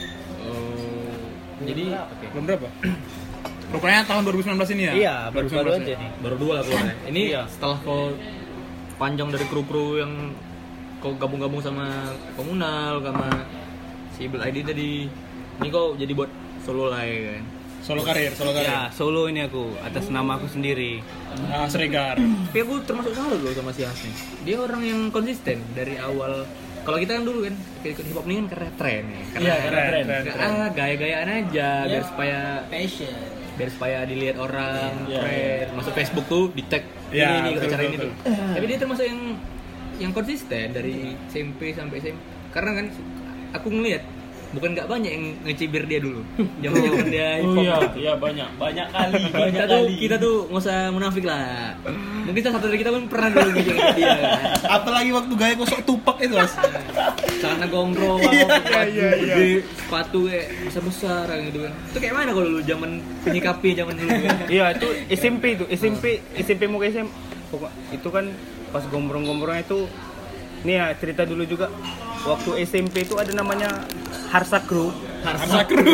[SPEAKER 1] Oh, jadi
[SPEAKER 3] Belum berapa? Rupanya tahun dua ribu sembilan belas ini ya?
[SPEAKER 5] Iya, baru-baru
[SPEAKER 3] dua ribu sembilan belas
[SPEAKER 5] aja
[SPEAKER 3] ya?
[SPEAKER 5] nih.
[SPEAKER 1] baru dua lah keluarnya. Ini
[SPEAKER 5] Iya.
[SPEAKER 1] setelah kau panjang dari kru-kru yang kau gabung-gabung sama Komunal sama si Blood I D tadi. Ini kau jadi buat solo lah ya kan.
[SPEAKER 3] Solo karir, solo karir.
[SPEAKER 5] Ya, solo ini aku atas nama aku sendiri.
[SPEAKER 3] Ah, Sregar.
[SPEAKER 1] Tapi aku termasuk salut loh sama si Has nih. Dia orang yang konsisten dari awal. Kalau kita kan dulu kan ikut hip hop ini kan karena tren ya. Karena
[SPEAKER 3] Iya, keren, keren,
[SPEAKER 1] karena,
[SPEAKER 3] keren.
[SPEAKER 1] ah, gaya-gayaan aja biar supaya
[SPEAKER 2] Passion.
[SPEAKER 1] biar supaya dilihat orang
[SPEAKER 4] Iya,
[SPEAKER 1] keren. Masuk Facebook tuh di tag
[SPEAKER 3] Iya,
[SPEAKER 1] ini nih
[SPEAKER 3] betul,
[SPEAKER 1] cara ini
[SPEAKER 3] betul,
[SPEAKER 1] tuh. Tapi dia termasuk yang yang konsisten dari S M P sampai S M P. Karena kan aku ngelihat bukan nggak banyak yang ngecibir dia dulu. Zaman-zaman dia hip
[SPEAKER 4] Oh
[SPEAKER 1] hop.
[SPEAKER 4] iya, iya banyak, banyak kali, banyak
[SPEAKER 1] kita tuh
[SPEAKER 4] kali.
[SPEAKER 1] kita tuh nggak usah munafik lah. Mungkin salah satu dari kita pun pernah dulu gitu dia kan.
[SPEAKER 3] Apalagi waktu gaya kosok tupak itu, Mas.
[SPEAKER 1] Celana gondrong,
[SPEAKER 3] Iya,
[SPEAKER 1] baju
[SPEAKER 3] iya, iya.
[SPEAKER 1] gede, sepatu kayak besar-besar gitu kan. Itu kayak mana kalau lu zaman penyikapi zaman dulu kan?
[SPEAKER 5] Iya, itu S M P itu, S M P, S M P mau ke S M P. Pokok itu kan pas gombrong-gombrongnya itu nih ya cerita dulu juga. Waktu S M P itu ada namanya Harsa Crew.
[SPEAKER 3] Harsa Kru.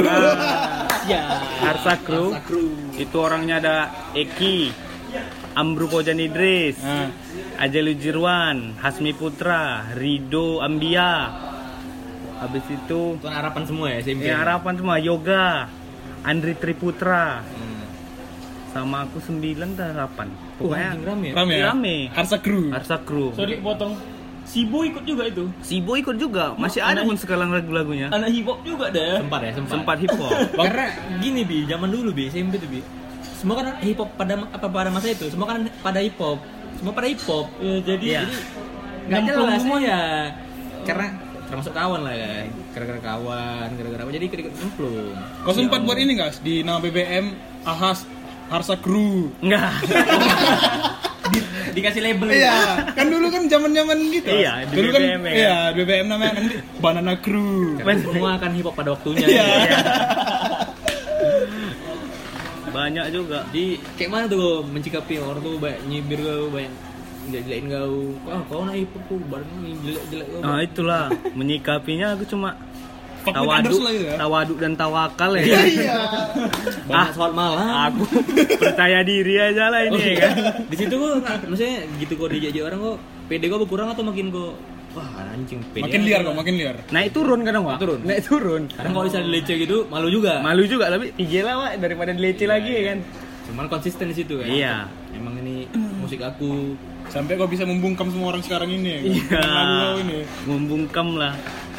[SPEAKER 1] Ya.
[SPEAKER 5] Harsa Crew.
[SPEAKER 1] Harsa Crew.
[SPEAKER 5] Itu orangnya ada Eki, Amru Pojan Idris,
[SPEAKER 3] Nah,
[SPEAKER 5] Ajalu Jirwan, Hasmi Putra, Rido Ambia. Habis itu
[SPEAKER 1] Itu kan harapan semua ya S M P.
[SPEAKER 5] ya harapan semua Yoga, Andri Triputra,
[SPEAKER 1] Hmm.
[SPEAKER 5] sama aku sembilan atau delapan.
[SPEAKER 1] Oh,
[SPEAKER 5] Pokoknya
[SPEAKER 1] anjing rame ya?
[SPEAKER 3] rame ya?
[SPEAKER 5] Rame.
[SPEAKER 3] Harsa Kru.
[SPEAKER 5] Harsa Crew.
[SPEAKER 4] Sorry potong. Sibo ikut juga itu.
[SPEAKER 5] Sibo ikut juga, masih ada pun sekarang lagu-lagunya.
[SPEAKER 4] Anak hip hop juga deh.
[SPEAKER 1] Sempat ya, sempat.
[SPEAKER 5] Sempat hip hop.
[SPEAKER 1] Karena gini Bi, zaman dulu Bi, S M P tuh Bi. Semua kan hip hop pada apa pada masa itu, semua kan pada hip hop. Semua pada hip hop.
[SPEAKER 4] Ya, jadi
[SPEAKER 1] Iya.
[SPEAKER 4] jadi
[SPEAKER 1] Nggak
[SPEAKER 4] nyemplung
[SPEAKER 1] jelas
[SPEAKER 4] semua.
[SPEAKER 1] ya. Karena termasuk kawan lah kan. Gara-gara kawan, gara-gara apa jadi ikut-ikut nyemplung.
[SPEAKER 3] Kau sempat buat ini guys di nama B B M Ahas Harsa Kru.
[SPEAKER 5] Enggak.
[SPEAKER 1] Dikasih label.
[SPEAKER 3] Iya, kan dulu kan zaman-zaman gitu.
[SPEAKER 5] Iya, di
[SPEAKER 3] dulu kan
[SPEAKER 5] B B M ya.
[SPEAKER 3] iya, di B B M namanya nanti Banana Crew.
[SPEAKER 1] Karena semua kan hip hop pada waktunya.
[SPEAKER 3] Iya.
[SPEAKER 5] Banyak juga.
[SPEAKER 1] Di kayak mana tuh mencikapi orang tuh banyak nyibir kau, banyak jelek-jelekin kau. Wah, kau naik hip hop tuh badan ini jelek-jelek kau.
[SPEAKER 5] Nah, itulah menyikapinya aku cuma
[SPEAKER 3] Fuck with
[SPEAKER 5] tawaduk,
[SPEAKER 3] others lah gitu ya.
[SPEAKER 5] tawaduk dan tawakal ya.
[SPEAKER 3] Iya.
[SPEAKER 1] Banyak
[SPEAKER 5] Ah.
[SPEAKER 1] sholat malam.
[SPEAKER 5] Aku percaya diri aja lah ini ya kan.
[SPEAKER 1] Di situ kok maksudnya gitu kok dijajah orang kok pede kok berkurang atau makin kok wah anjing pede
[SPEAKER 3] Makin liar kok, makin liar.
[SPEAKER 5] Naik turun kadang Wak.
[SPEAKER 1] Turun.
[SPEAKER 5] Naik turun.
[SPEAKER 1] Kadang kalau bisa dilece gitu malu juga.
[SPEAKER 5] Malu juga tapi P J lah Wak daripada dilece
[SPEAKER 1] Iya,
[SPEAKER 5] lagi ya kan.
[SPEAKER 1] Cuman konsisten di situ kan.
[SPEAKER 5] Iya.
[SPEAKER 1] Emang ini musik aku.
[SPEAKER 3] Sampai kau bisa membungkam semua orang sekarang ini ya.
[SPEAKER 5] Iya.
[SPEAKER 3] Dengan lagu kau ini.
[SPEAKER 5] Membungkam lah.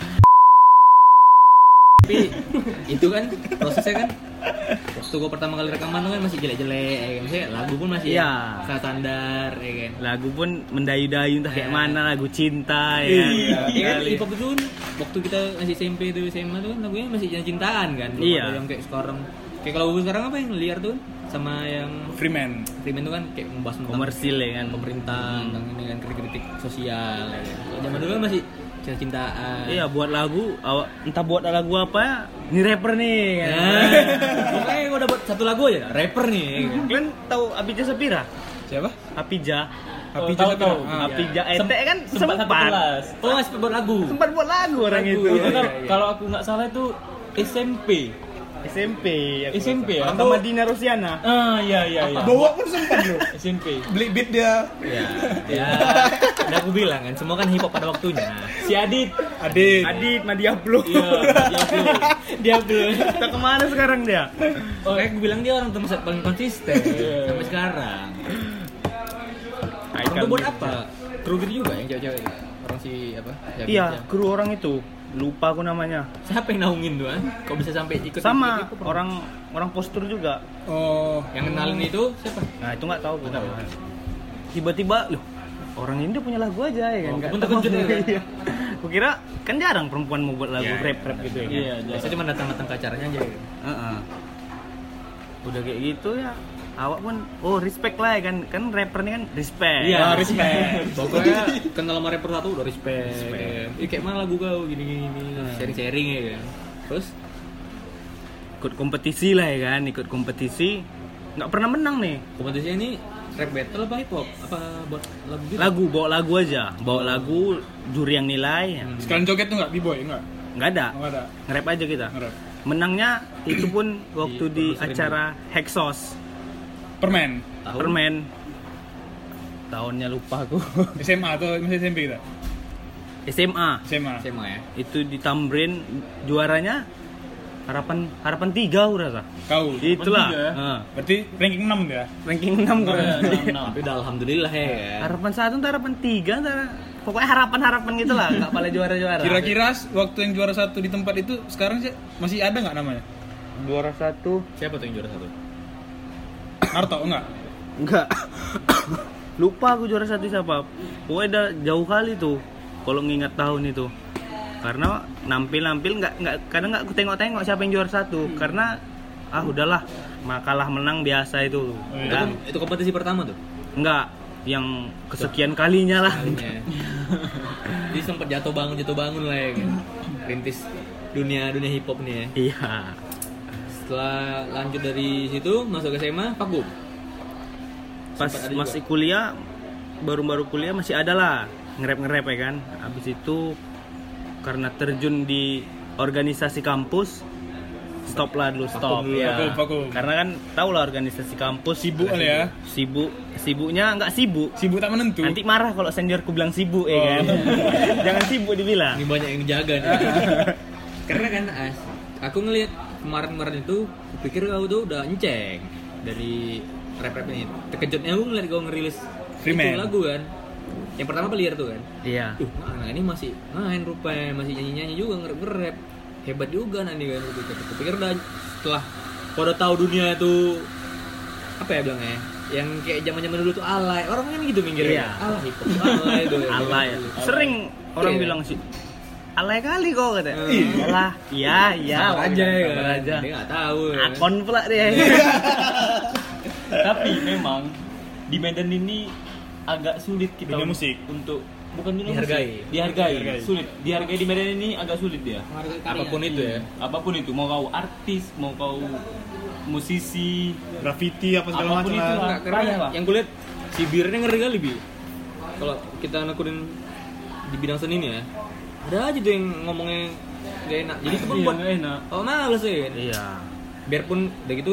[SPEAKER 1] Tapi itu kan prosesnya kan waktu gue pertama kali rekaman tuh kan masih jelek-jelek ya kan. Maksudnya lagu pun masih
[SPEAKER 5] Iya.
[SPEAKER 1] standar ya kan.
[SPEAKER 5] Lagu pun mendayu-dayu entah kayak
[SPEAKER 1] Iya.
[SPEAKER 5] mana lagu cinta ya.
[SPEAKER 1] Iya,
[SPEAKER 5] kan?
[SPEAKER 1] iya kan
[SPEAKER 5] Kali.
[SPEAKER 1] hip hop itu kan waktu kita masih S M P itu S M A tuh kan lagunya masih cinta-cintaan kan. Belum
[SPEAKER 5] Iya.
[SPEAKER 1] ada yang kayak sekarang. Kayak kalau lagu sekarang apa yang liar tuh sama yang
[SPEAKER 3] Freeman.
[SPEAKER 1] Freeman tuh kan kayak membahas tentang
[SPEAKER 5] Komersil ya kan.
[SPEAKER 1] pemerintah, tentang ini kan kritik-kritik sosial ya kan. Kalau zaman dulu kan masih cinta-cintaan.
[SPEAKER 5] Iya buat lagu awak entah buat lagu apa ini rapper nih kan.
[SPEAKER 1] Nah, pokoknya gue udah buat satu lagu aja, rapper nih. ya kan.
[SPEAKER 5] Kalian tahu Apija Sapira?
[SPEAKER 3] Siapa?
[SPEAKER 5] Apija.
[SPEAKER 3] Happy
[SPEAKER 4] tahu,
[SPEAKER 3] Jasa
[SPEAKER 4] tahu.
[SPEAKER 3] Ah.
[SPEAKER 5] Apija Ente kan
[SPEAKER 4] sempat satu
[SPEAKER 5] sempat.
[SPEAKER 4] kelas.
[SPEAKER 1] Oh, masih buat lagu.
[SPEAKER 5] Sempat buat lagu orang
[SPEAKER 1] Lagu,
[SPEAKER 5] itu.
[SPEAKER 1] iya,
[SPEAKER 4] Itu
[SPEAKER 1] iya.
[SPEAKER 4] kalau kalau aku nggak salah itu S M P.
[SPEAKER 5] S M P. aku
[SPEAKER 4] S M P ya?
[SPEAKER 5] rasa. Sama Dina Rosiana.
[SPEAKER 4] Ah iya iya iya.
[SPEAKER 3] Bawa pun sempat loh.
[SPEAKER 4] S M P.
[SPEAKER 3] Beli beat dia.
[SPEAKER 1] Ya, ya. Udah aku bilang kan, semua kan hip hop pada waktunya.
[SPEAKER 4] Si Adit.
[SPEAKER 3] Adit.
[SPEAKER 5] Adit Madiaplo.
[SPEAKER 4] Iya, dia belum. Dia belum.
[SPEAKER 5] Kita kemana sekarang dia?
[SPEAKER 1] Oh, kayak gue bilang dia orang termasuk paling konsisten sampai sekarang. Orang tuh buat apa? Kru gitu juga yang cewek-cewek. Orang si apa? Siapa?
[SPEAKER 5] Iya, kru orang itu. Lupa aku namanya.
[SPEAKER 1] Siapa yang naungin tuh? ah? Kok bisa sampai ikut
[SPEAKER 5] Sama
[SPEAKER 1] ikut- ikut-
[SPEAKER 5] orang orang postur juga.
[SPEAKER 3] Oh.
[SPEAKER 1] yang kenalin itu siapa?
[SPEAKER 5] Nah, itu nggak tahu aku. Tiba-tiba loh, orang ini dia punya lagu aja ya kan.
[SPEAKER 1] Oh,
[SPEAKER 5] Nggak
[SPEAKER 1] pun
[SPEAKER 5] tahu.
[SPEAKER 1] terkejut ya, kan?
[SPEAKER 5] Iya. Kukira kan jarang perempuan mau buat lagu
[SPEAKER 3] Iya,
[SPEAKER 5] rap-rap gitu ya kan.
[SPEAKER 4] Iya,
[SPEAKER 1] Biasanya cuma datang-datang ke acaranya aja. ya.
[SPEAKER 5] Heeh. Udah kayak gitu ya. Awak pun oh respect lah ya kan. Kan rapper ini kan respect.
[SPEAKER 1] Iya,
[SPEAKER 3] Ah, respect.
[SPEAKER 1] Pokoknya kenal sama rapper satu udah respect. Ih, kayak mana lagu kau gini-gini sharing-sharing ya kan. Terus
[SPEAKER 5] Ikut kompetisi lah ya kan, ikut kompetisi. Nggak pernah menang nih.
[SPEAKER 1] kompetisinya ini rap battle apa hip hop? Apa buat lagu gitu?
[SPEAKER 5] Lagu, bawa lagu aja. Bawa lagu, juri yang nilai.
[SPEAKER 3] Sekalian joget tuh enggak B-boy enggak?
[SPEAKER 5] Nggak ada.
[SPEAKER 3] Enggak ada.
[SPEAKER 5] Nge-rap aja kita.
[SPEAKER 3] Ngerap.
[SPEAKER 5] Menangnya itu pun waktu di
[SPEAKER 1] produserin
[SPEAKER 5] acara Hexos
[SPEAKER 3] Permen.
[SPEAKER 1] Tahu?
[SPEAKER 5] Permen. Tahunnya lupa aku.
[SPEAKER 3] S M A atau masih S M P kita?
[SPEAKER 5] S M A.
[SPEAKER 3] S M A.
[SPEAKER 1] S M A ya.
[SPEAKER 5] Itu di Tamrin juaranya harapan harapan tiga aku rasa.
[SPEAKER 3] Kau.
[SPEAKER 5] Itulah.
[SPEAKER 4] tiga ya?
[SPEAKER 5] Heeh.
[SPEAKER 3] Berarti ranking enam dia.
[SPEAKER 5] Ranking enam aku rasa.
[SPEAKER 1] Tapi udah alhamdulillah ya. kan?
[SPEAKER 5] Harapan satu entah harapan tiga antara pokoknya harapan-harapan gitu lah, enggak pada juara-juara.
[SPEAKER 3] Kira-kira waktu yang juara satu di tempat itu sekarang sih masih ada nggak namanya?
[SPEAKER 5] juara satu
[SPEAKER 1] Siapa tuh yang juara satu?
[SPEAKER 3] Narto enggak?
[SPEAKER 5] enggak. Lupa aku juara satu siapa. Pokoknya udah jauh kali tuh kalau ngingat tahun itu. Karena nampil-nampil nggak nggak kadang nggak aku tengok-tengok siapa yang juara satu karena ah udahlah makalah menang biasa itu.
[SPEAKER 1] Itu,
[SPEAKER 5] Udah.
[SPEAKER 1] itu kompetisi pertama tuh.
[SPEAKER 5] Enggak yang kesekian kalinya lah.
[SPEAKER 1] Kalinya. Jadi sempat jatuh bangun jatuh bangun lah ya kan. Rintis dunia dunia hip hop nih ya.
[SPEAKER 5] Iya.
[SPEAKER 1] Setelah lanjut dari situ masuk ke S M A, Pagum.
[SPEAKER 5] Pas
[SPEAKER 1] Sempat ada
[SPEAKER 5] masih
[SPEAKER 1] juga.
[SPEAKER 5] kuliah baru-baru kuliah masih ada lah nge-rap-nge-rap ya kan. Habis itu karena terjun di organisasi kampus stop lah dulu stop
[SPEAKER 1] dulu,
[SPEAKER 5] ya.
[SPEAKER 3] vakum, vakum.
[SPEAKER 5] Karena kan tau lah organisasi kampus
[SPEAKER 3] Sibuk kali ya.
[SPEAKER 5] Sibuk, sibuknya nggak sibuk.
[SPEAKER 3] Sibuk tak menentu.
[SPEAKER 5] Nanti marah kalau seniorku bilang sibuk ya
[SPEAKER 3] Oh.
[SPEAKER 5] kan. Jangan sibuk dibilang.
[SPEAKER 1] Ini banyak yang jaga nih. Karena kan as, aku ngelihat kemarin-kemarin itu, kupikir kau tuh udah enceng dari rap-rap ini. Terkejutnya aku ngeliat kau ngerilis
[SPEAKER 3] Freeman.
[SPEAKER 1] itu lagu kan. Yang pertama apa liar tuh kan.
[SPEAKER 5] Iya.
[SPEAKER 1] Duh, nah ini masih main rupanya, masih nyanyi-nyanyi juga nge-rap. Hebat juga nanti kan gitu. Kupikir udah setelah kau udah tahu dunia itu apa ya bilangnya? Yang kayak zaman-zaman dulu tuh alay. Orang kan gitu mikirnya.
[SPEAKER 5] Iya.
[SPEAKER 1] Alay hip hop, alay tuh.
[SPEAKER 5] Alay. Sering orang
[SPEAKER 1] Iya.
[SPEAKER 5] bilang sih alay kali kok kata.
[SPEAKER 1] Iya.
[SPEAKER 5] Alah, iya iya.
[SPEAKER 1] Sabar aja ya
[SPEAKER 5] Sabar
[SPEAKER 1] kan.
[SPEAKER 5] aja.
[SPEAKER 1] Dia nggak tahu. ya.
[SPEAKER 5] Akon pula dia.
[SPEAKER 4] Tapi memang di Medan ini agak sulit kita
[SPEAKER 3] Dunia musik.
[SPEAKER 4] untuk bukan dunia
[SPEAKER 1] Dihargai.
[SPEAKER 4] musik. Dihargai.
[SPEAKER 3] Dihargai.
[SPEAKER 4] Sulit. Dihargai di Medan ini agak sulit dia.
[SPEAKER 1] Apapun itu ya.
[SPEAKER 4] Apapun itu, mau kau artis, mau kau musisi,
[SPEAKER 3] Graffiti apa segala
[SPEAKER 4] Apapun
[SPEAKER 3] macam
[SPEAKER 4] itu
[SPEAKER 3] lah.
[SPEAKER 4] lah.
[SPEAKER 1] Enggak, karena
[SPEAKER 4] Payah lah.
[SPEAKER 1] yang kulihat si Birnya ngeri kali bi. Kalau kita nekunin di bidang seni nih ya, ada aja tuh yang ngomongnya gak enak. Jadi itu pun
[SPEAKER 4] Iya,
[SPEAKER 1] buat
[SPEAKER 4] nggak enak.
[SPEAKER 1] oh males ya. kan?
[SPEAKER 5] Iya.
[SPEAKER 1] Biarpun udah gitu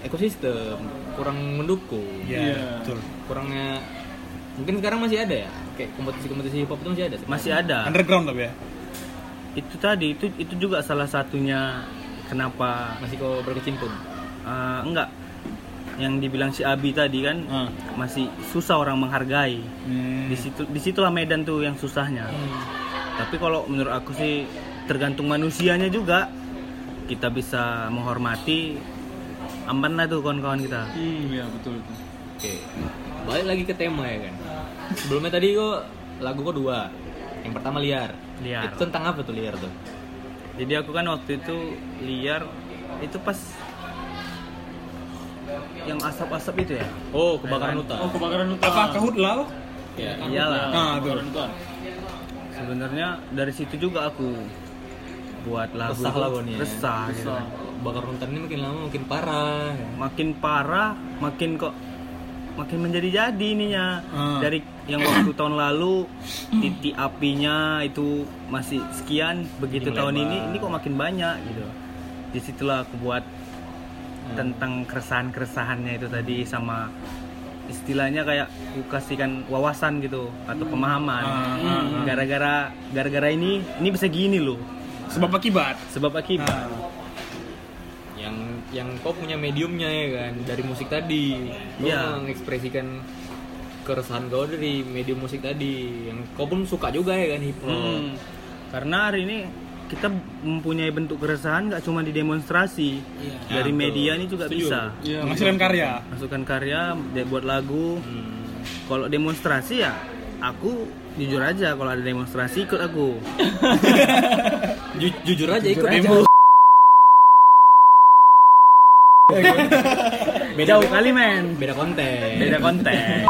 [SPEAKER 1] ekosistem kurang mendukung,
[SPEAKER 3] Iya,
[SPEAKER 4] Iya.
[SPEAKER 3] betul.
[SPEAKER 1] kurangnya mungkin sekarang masih ada ya kayak kompetisi-kompetisi hip hop itu masih ada?
[SPEAKER 5] Masih ada.
[SPEAKER 3] Underground tapi ya.
[SPEAKER 5] Itu tadi itu itu juga salah satunya kenapa
[SPEAKER 1] Masih kau berkecimpung?
[SPEAKER 5] uh, enggak yang dibilang si Abi tadi kan
[SPEAKER 3] Ah.
[SPEAKER 5] masih susah orang menghargai.
[SPEAKER 3] Hmm.
[SPEAKER 5] Di situ disitulah Medan tuh yang susahnya. Tapi kalau menurut aku sih tergantung manusianya juga. Kita bisa menghormati, aman lah tuh kawan-kawan kita.
[SPEAKER 3] Hmm, ya betul betul.
[SPEAKER 1] Oke, balik lagi ke tema ya kan. Sebelumnya tadi kok lagu kok dua. Yang pertama Liar.
[SPEAKER 5] Liar.
[SPEAKER 1] Itu tentang apa tuh Liar tuh?
[SPEAKER 5] Jadi aku kan waktu itu Liar itu pas yang asap-asap itu ya.
[SPEAKER 1] Oh, kebakaran hutan.
[SPEAKER 4] Oh, kebakaran hutan.
[SPEAKER 3] Apa kahutlah?
[SPEAKER 1] Ya.
[SPEAKER 5] Iyalah.
[SPEAKER 3] Ah, tuh.
[SPEAKER 4] Kebakaran hutan.
[SPEAKER 5] Sebenarnya dari situ juga aku buat lagu.
[SPEAKER 1] Resah
[SPEAKER 5] itu.
[SPEAKER 1] lah kau nih ya.
[SPEAKER 5] Resah gitu.
[SPEAKER 1] Resah. Kebakaran hutan ini makin lama makin parah.
[SPEAKER 5] Makin parah, makin kok makin menjadi-jadi ininya.
[SPEAKER 3] Ah.
[SPEAKER 5] Dari yang waktu tahun lalu titik apinya itu masih sekian, begitu
[SPEAKER 1] Makin
[SPEAKER 5] tahun
[SPEAKER 1] lebar.
[SPEAKER 5] ini ini kok makin banyak gitu. Disitulah aku buat tentang keresahan-keresahannya itu tadi, sama istilahnya kayak aku kasihkan wawasan gitu atau pemahaman.
[SPEAKER 3] Ah,
[SPEAKER 5] Gara-gara gara-gara ini ini bisa gini loh.
[SPEAKER 3] Sebab akibat.
[SPEAKER 5] Sebab akibat.
[SPEAKER 3] Ah.
[SPEAKER 1] Yang yang kau punya mediumnya ya kan dari musik tadi. Kau
[SPEAKER 5] Iya.
[SPEAKER 1] mengekspresikan keresahan kau dari medium musik tadi. Yang kau pun suka juga ya kan hip hop.
[SPEAKER 5] Hmm. Karena hari ini kita mempunyai bentuk keresahan nggak cuma di demonstrasi, dari
[SPEAKER 1] betul.
[SPEAKER 5] media ini juga
[SPEAKER 1] Setuju.
[SPEAKER 5] bisa.
[SPEAKER 3] Iya, menghasilkan karya.
[SPEAKER 5] Masukkan karya, dia buat lagu.
[SPEAKER 1] Hmm.
[SPEAKER 5] Kalau demonstrasi ya, aku jujur aja kalau ada demonstrasi ikut aku.
[SPEAKER 1] Ju- jujur aja ikut
[SPEAKER 5] Jujur aja.
[SPEAKER 1] demo.
[SPEAKER 5] Beda Jauh kali men.
[SPEAKER 1] Beda konten.
[SPEAKER 5] Beda konten.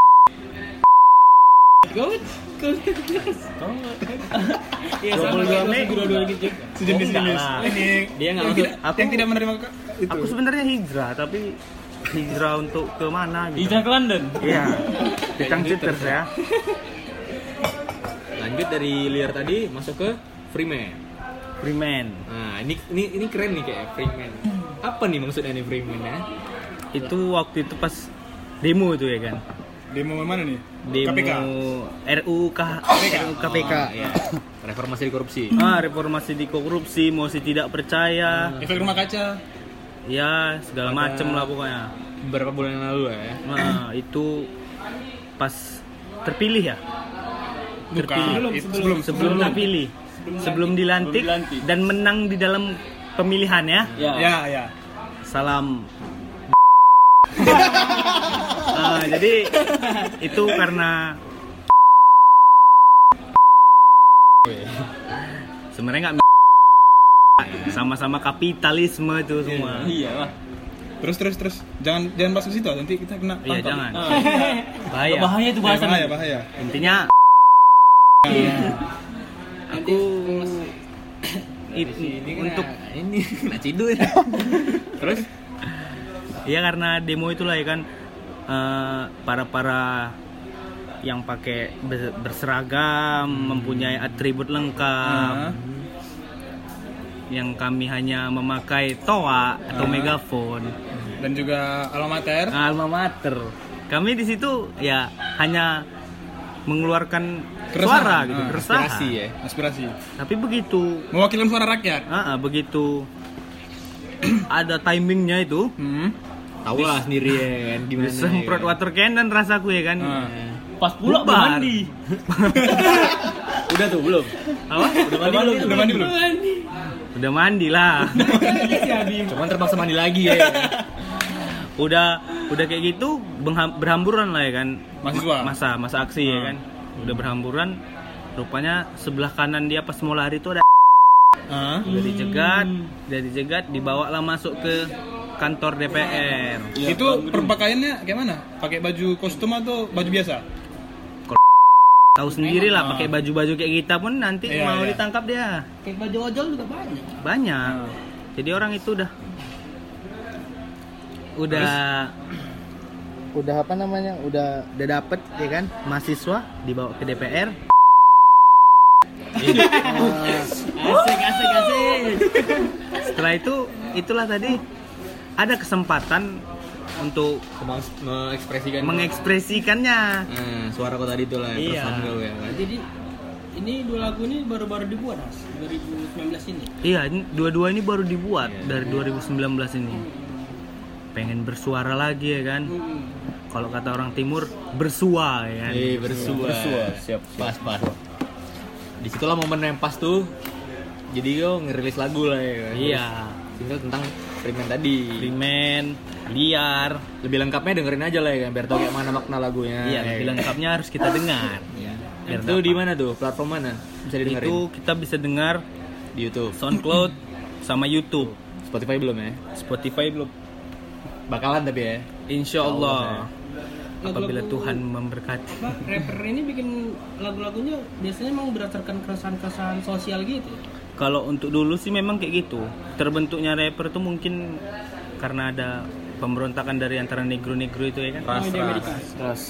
[SPEAKER 4] Iya,
[SPEAKER 5] dua puluh dua Mei.
[SPEAKER 4] dua gitu.
[SPEAKER 3] Sejenis
[SPEAKER 5] Oh, enggak
[SPEAKER 3] jenis.
[SPEAKER 5] lah.
[SPEAKER 3] Ini
[SPEAKER 1] Dia nggak
[SPEAKER 3] yang
[SPEAKER 1] masuk.
[SPEAKER 3] tidak,
[SPEAKER 5] Aku-
[SPEAKER 3] yang tidak menerima ke- itu.
[SPEAKER 5] Aku sebenarnya hijrah, tapi hijrah untuk ke mana gitu.
[SPEAKER 4] Hijrah ke London.
[SPEAKER 5] Iya. Pitang Citers ya.
[SPEAKER 1] Lanjut dari Liar tadi masuk ke Freeman.
[SPEAKER 5] Freeman.
[SPEAKER 1] Nah, ini ini ini keren nih kayak Freeman. Apa nih maksudnya nih Freeman ya?
[SPEAKER 5] Itu waktu itu pas demo itu ya kan.
[SPEAKER 3] Demo mana nih?
[SPEAKER 5] Demo
[SPEAKER 3] K P K.
[SPEAKER 5] R U K R U K P K.
[SPEAKER 1] Oh, iya. Reformasi di korupsi.
[SPEAKER 5] Ah, reformasi di korupsi, mosi tidak percaya.
[SPEAKER 3] Efek rumah kaca.
[SPEAKER 5] Ya, segala
[SPEAKER 1] Ada-
[SPEAKER 5] macem lah pokoknya.
[SPEAKER 1] Beberapa bulan yang lalu ya.
[SPEAKER 5] Nah, itu pas terpilih ya.
[SPEAKER 3] Bukan.
[SPEAKER 5] Terpilih.
[SPEAKER 3] Itu sebelum
[SPEAKER 5] Sebelum terpilih. Sebelum dilantik
[SPEAKER 4] Sebelum dilantik.
[SPEAKER 5] dan menang di dalam pemilihan ya.
[SPEAKER 4] Ya.
[SPEAKER 3] Ya, ya.
[SPEAKER 5] Salam. Ah, jadi itu karena sebenarnya nggak sama-sama kapitalisme itu semua.
[SPEAKER 4] Iya lah.
[SPEAKER 3] Terus terus terus. Jangan jangan bahas ke situ, nanti kita kena
[SPEAKER 5] Iya
[SPEAKER 3] tangkap.
[SPEAKER 5] jangan.
[SPEAKER 4] Ah.
[SPEAKER 5] Bahaya.
[SPEAKER 4] Bahaya itu
[SPEAKER 3] Ya,
[SPEAKER 4] bahasan.
[SPEAKER 3] bahaya, bahaya.
[SPEAKER 5] Intinya aku
[SPEAKER 1] Di sini kena-
[SPEAKER 5] untuk
[SPEAKER 1] ini kena ciduk. Terus
[SPEAKER 5] ya karena demo itulah ya kan, eh, para-para yang pakai ber- berseragam, mempunyai atribut lengkap.
[SPEAKER 3] Ah.
[SPEAKER 5] Yang kami hanya memakai toa atau
[SPEAKER 3] Ah.
[SPEAKER 5] megafon,
[SPEAKER 3] Dan juga alma mater.
[SPEAKER 5] alma mater. Kami di situ ya hanya mengeluarkan
[SPEAKER 3] Keresahan.
[SPEAKER 5] suara gitu,
[SPEAKER 3] Ah,
[SPEAKER 5] keresahan.
[SPEAKER 1] aspirasi ya.
[SPEAKER 3] Aspirasi.
[SPEAKER 5] Tapi begitu,
[SPEAKER 3] Mewakilkan suara rakyat.
[SPEAKER 5] ah, ah, begitu ada timingnya itu,
[SPEAKER 3] Hmm.
[SPEAKER 1] Tahu lah sendiri ya kan gimana.
[SPEAKER 5] disemprot
[SPEAKER 1] ya kan?
[SPEAKER 5] water cannon rasaku ya kan.
[SPEAKER 3] Ah.
[SPEAKER 4] Pas pula
[SPEAKER 5] Bubar.
[SPEAKER 4] mandi.
[SPEAKER 1] Udah tuh belum?
[SPEAKER 5] Apa?
[SPEAKER 1] Udah mandi belum?
[SPEAKER 3] Udah mandi belum?
[SPEAKER 5] Udah mandi lah.
[SPEAKER 1] Cuman terpaksa mandi lagi ya.
[SPEAKER 5] udah udah kayak gitu bengham- berhamburan lah ya kan.
[SPEAKER 3] Mahasiswa.
[SPEAKER 5] Masa masa aksi ya kan. Udah berhamburan. Rupanya sebelah kanan dia pas mau lari itu ada
[SPEAKER 3] Ah.
[SPEAKER 5] udah dicegat, udah dicegat, dibawa lah masuk ke kantor D P R.
[SPEAKER 3] Itu perpakaiannya kayak mana? Pakai baju kostum atau baju biasa?
[SPEAKER 5] Tahu sendiri lah pakai baju-baju kayak kita pun nanti
[SPEAKER 3] Iya,
[SPEAKER 5] mau
[SPEAKER 3] iya.
[SPEAKER 5] ditangkap dia.
[SPEAKER 2] Kayak baju ojol juga banyak.
[SPEAKER 5] Banyak. Jadi orang itu udah udah udah apa namanya? Udah udah dapet ya kan? Mahasiswa dibawa ke D P R.
[SPEAKER 2] Asik, asik, asik.
[SPEAKER 5] Setelah itu itulah tadi ada kesempatan untuk
[SPEAKER 1] Kemang- mengekspresikan
[SPEAKER 5] mengekspresikannya.
[SPEAKER 1] nah, suara kau tadi itu lah
[SPEAKER 5] Iya.
[SPEAKER 1] perasaan kau ya kan.
[SPEAKER 2] Jadi ini dua lagu ini baru-baru dibuat Mas dua ribu sembilan belas ini.
[SPEAKER 5] Iya, ini dua-dua ini baru dibuat
[SPEAKER 1] Iya.
[SPEAKER 5] dari dua ribu sembilan belas ini. Pengen bersuara lagi ya kan.
[SPEAKER 2] Hmm.
[SPEAKER 5] Kalau kata orang timur, bersua ya kan.
[SPEAKER 1] Eh, bersua.
[SPEAKER 4] Bersua, siap, siap.
[SPEAKER 1] Pas, pas. Disitulah momen yang pas tuh. Jadi kau ngerilis lagu lah ya kan.
[SPEAKER 5] Iya.
[SPEAKER 1] Single tentang Freeman tadi.
[SPEAKER 5] Freeman, Liar.
[SPEAKER 1] Lebih lengkapnya dengerin aja lah ya kan, biar tau kayak mana makna lagunya.
[SPEAKER 5] Iya,
[SPEAKER 1] ya
[SPEAKER 5] lebih
[SPEAKER 1] kan?
[SPEAKER 5] lengkapnya harus kita dengar.
[SPEAKER 1] Iya.
[SPEAKER 5] Biar
[SPEAKER 1] Itu
[SPEAKER 5] dapat.
[SPEAKER 1] di mana tuh? Platform mana? Bisa didengerin?
[SPEAKER 5] Itu kita bisa dengar
[SPEAKER 1] Di YouTube.
[SPEAKER 5] SoundCloud sama YouTube.
[SPEAKER 1] Spotify belum ya?
[SPEAKER 5] Spotify belum.
[SPEAKER 1] Bakalan tapi ya.
[SPEAKER 5] Insya Allah.
[SPEAKER 2] Lagu-lagu-
[SPEAKER 5] Apabila Tuhan memberkati.
[SPEAKER 2] Apa rapper ini bikin lagu-lagunya biasanya emang berdasarkan keresahan-keresahan sosial gitu.
[SPEAKER 5] Kalau untuk dulu sih memang kayak gitu. Terbentuknya rapper itu mungkin karena ada pemberontakan dari antara negro-negro itu ya kan.
[SPEAKER 2] Oh, di Amerika.
[SPEAKER 5] Ras.